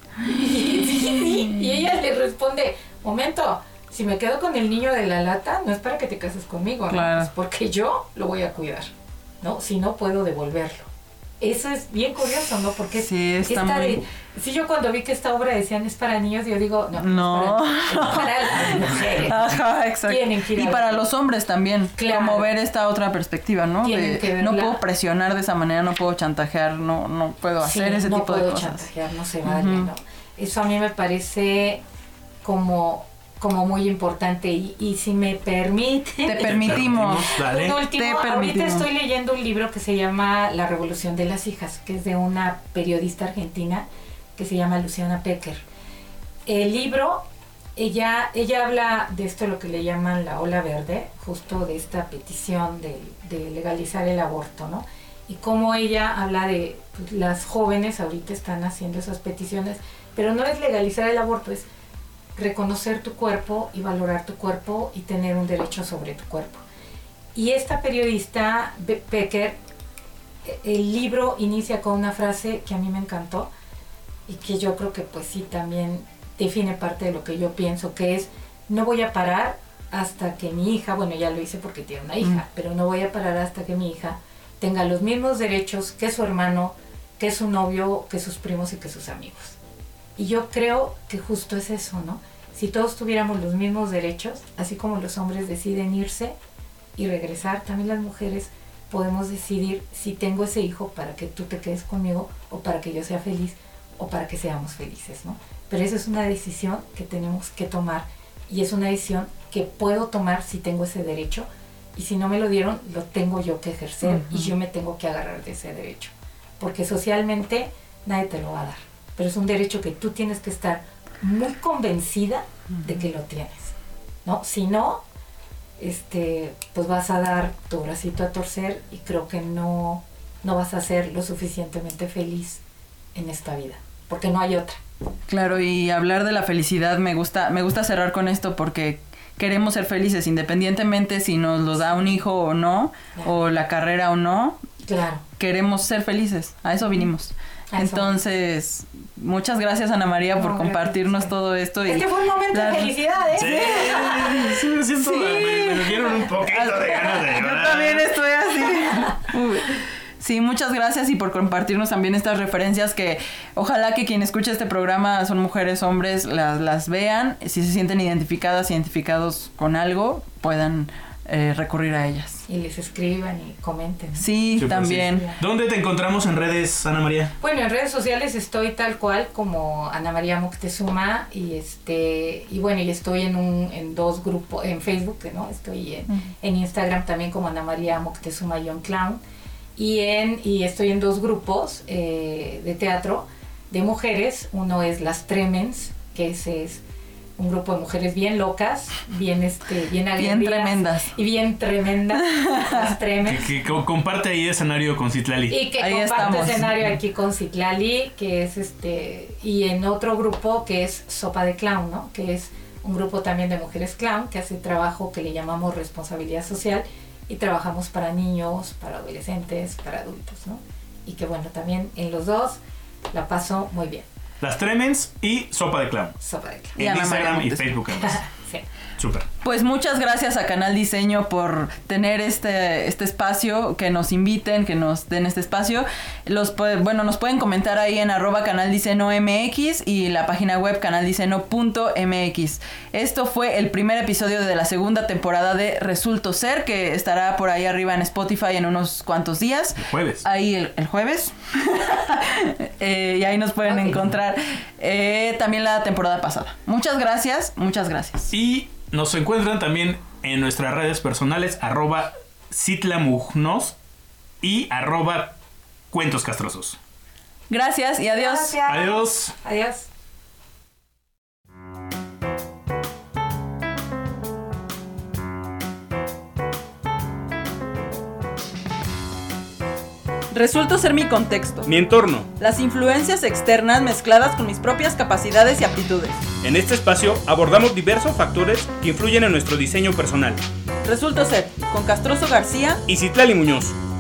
Speaker 3: Y, y ella le responde, momento, si me quedo con el niño de la lata, no es para que te cases conmigo,
Speaker 2: claro.
Speaker 3: ¿no? Es porque yo lo voy a cuidar, ¿no? Si no, puedo devolverlo. Eso es bien curioso, ¿no? Porque
Speaker 2: sí, está
Speaker 3: esta
Speaker 2: muy...
Speaker 3: de, sí, yo cuando vi que esta obra decían es para niños, yo digo, no,
Speaker 2: no.
Speaker 3: Es, para, es para las mujeres.
Speaker 2: Ajá, exacto.
Speaker 3: Tienen que ir
Speaker 2: y
Speaker 3: a
Speaker 2: para
Speaker 3: ver.
Speaker 2: los hombres también,
Speaker 3: claro.
Speaker 2: como ver esta otra perspectiva, ¿no?
Speaker 3: Tienen
Speaker 2: de,
Speaker 3: que verla.
Speaker 2: No puedo presionar de esa manera, no puedo chantajear, no, no puedo hacer
Speaker 3: sí,
Speaker 2: ese
Speaker 3: no
Speaker 2: tipo de cosas.
Speaker 3: No puedo chantajear, no se vale, uh-huh. ¿no? Eso a mí me parece como... como muy importante y, y si me permiten
Speaker 2: te permitimos
Speaker 3: un último,
Speaker 2: te
Speaker 3: ahorita
Speaker 2: permitimos.
Speaker 3: Estoy leyendo un libro que se llama La Revolución de las Hijas, que es de una periodista argentina que se llama Luciana Pecker. El libro, ella ella habla de esto, lo que le llaman la ola verde, justo de esta petición de, de legalizar el aborto, ¿no? Y cómo ella habla de pues, las jóvenes ahorita están haciendo esas peticiones, pero no es legalizar el aborto, es reconocer tu cuerpo y valorar tu cuerpo y tener un derecho sobre tu cuerpo. Y esta periodista, Pecker, el libro inicia con una frase que a mí me encantó y que yo creo que pues sí también define parte de lo que yo pienso, que es, no voy a parar hasta que mi hija, bueno, ya lo hice porque tiene una hija, mm. pero no voy a parar hasta que mi hija tenga los mismos derechos que su hermano, que su novio, que sus primos y que sus amigos. Y yo creo que justo es eso, ¿no? Si todos tuviéramos los mismos derechos, así como los hombres deciden irse y regresar, también las mujeres podemos decidir si tengo ese hijo para que tú te quedes conmigo o para que yo sea feliz o para que seamos felices, ¿no? Pero esa es una decisión que tenemos que tomar y es una decisión que puedo tomar si tengo ese derecho y si no me lo dieron, lo tengo yo que ejercer uh-huh. y yo me tengo que agarrar de ese derecho. Porque socialmente nadie te lo va a dar. Pero es un derecho que tú tienes que estar muy convencida de que lo tienes, ¿no? Si no, este, pues vas a dar tu bracito a torcer y creo que no, no vas a ser lo suficientemente feliz en esta vida, porque no hay otra.
Speaker 2: Claro, y hablar de la felicidad me gusta, me gusta cerrar con esto porque queremos ser felices independientemente si nos lo da un hijo o no, claro. o la carrera o no.
Speaker 3: Claro.
Speaker 2: Queremos ser felices, a eso vinimos. Entonces, muchas gracias Ana María no, por compartirnos todo esto.
Speaker 3: Este y fue un momento la... de felicidad, ¿eh?
Speaker 1: Sí, sí, me siento, sí. Me, me dieron un poquito de ganas de llorar.
Speaker 2: Yo también estoy así. Sí, muchas gracias y por compartirnos también estas referencias que ojalá que quien escuche este programa son mujeres, hombres, las, las vean. Si se sienten identificadas, identificados con algo, puedan eh, recurrir a ellas.
Speaker 3: Y les escriban y comenten.
Speaker 2: Sí, sí también.
Speaker 1: Sí. ¿Dónde te encontramos en redes, Ana María?
Speaker 3: Bueno, en redes sociales estoy tal cual como Ana María Moctezuma y este y bueno, y estoy en un en dos grupos en Facebook, ¿no? Estoy en, uh-huh. en Instagram también como Ana María Moctezuma-clown y en y estoy en dos grupos eh, de teatro de mujeres. Uno es Las Tremens, que ese es un grupo de mujeres bien locas, bien este, bien aguerridas.
Speaker 2: Bien tremendas.
Speaker 3: Y bien tremendas. Las tremendas.
Speaker 1: Que, que comparte ahí escenario con Citlali.
Speaker 3: Y que
Speaker 2: ahí
Speaker 3: comparte
Speaker 2: estamos.
Speaker 3: escenario aquí con Citlali, que es este, y en otro grupo que es Sopa de Clown, ¿no? Que es un grupo también de mujeres clown, que hace trabajo que le llamamos responsabilidad social, y trabajamos para niños, para adolescentes, para adultos, ¿no? Y que bueno, también en los dos la paso muy bien.
Speaker 1: Las Tremens y Sopa de Clown.
Speaker 3: Sopa de Clown.
Speaker 1: En Instagram y Facebook además.
Speaker 3: Sí.
Speaker 1: Súper.
Speaker 2: Pues muchas gracias a Canal Diseño por tener este, este espacio, que nos inviten, que nos den este espacio. Los bueno, nos pueden comentar ahí en arroba Canal Diseño M X y la página web canaldiseño punto M X. Esto fue el primer episodio de la segunda temporada de Resulto Ser, que estará por ahí arriba en Spotify en unos cuantos días.
Speaker 1: El jueves.
Speaker 2: Ahí el, el jueves. eh, y ahí nos pueden okay. encontrar eh, también la temporada pasada. Muchas gracias, muchas gracias.
Speaker 1: Y nos encuentran también en nuestras redes personales, arroba citlamugnos y arroba cuentos castrosos.
Speaker 2: Gracias y adiós.
Speaker 3: Gracias.
Speaker 1: Adiós.
Speaker 3: Adiós.
Speaker 2: Resulto ser mi contexto,
Speaker 1: mi entorno.
Speaker 2: las influencias externas mezcladas con mis propias capacidades y aptitudes.
Speaker 1: En este espacio abordamos diversos factores que influyen en nuestro diseño personal.
Speaker 2: Resulto ser, con Castroso García
Speaker 1: y Citlali Muñoz.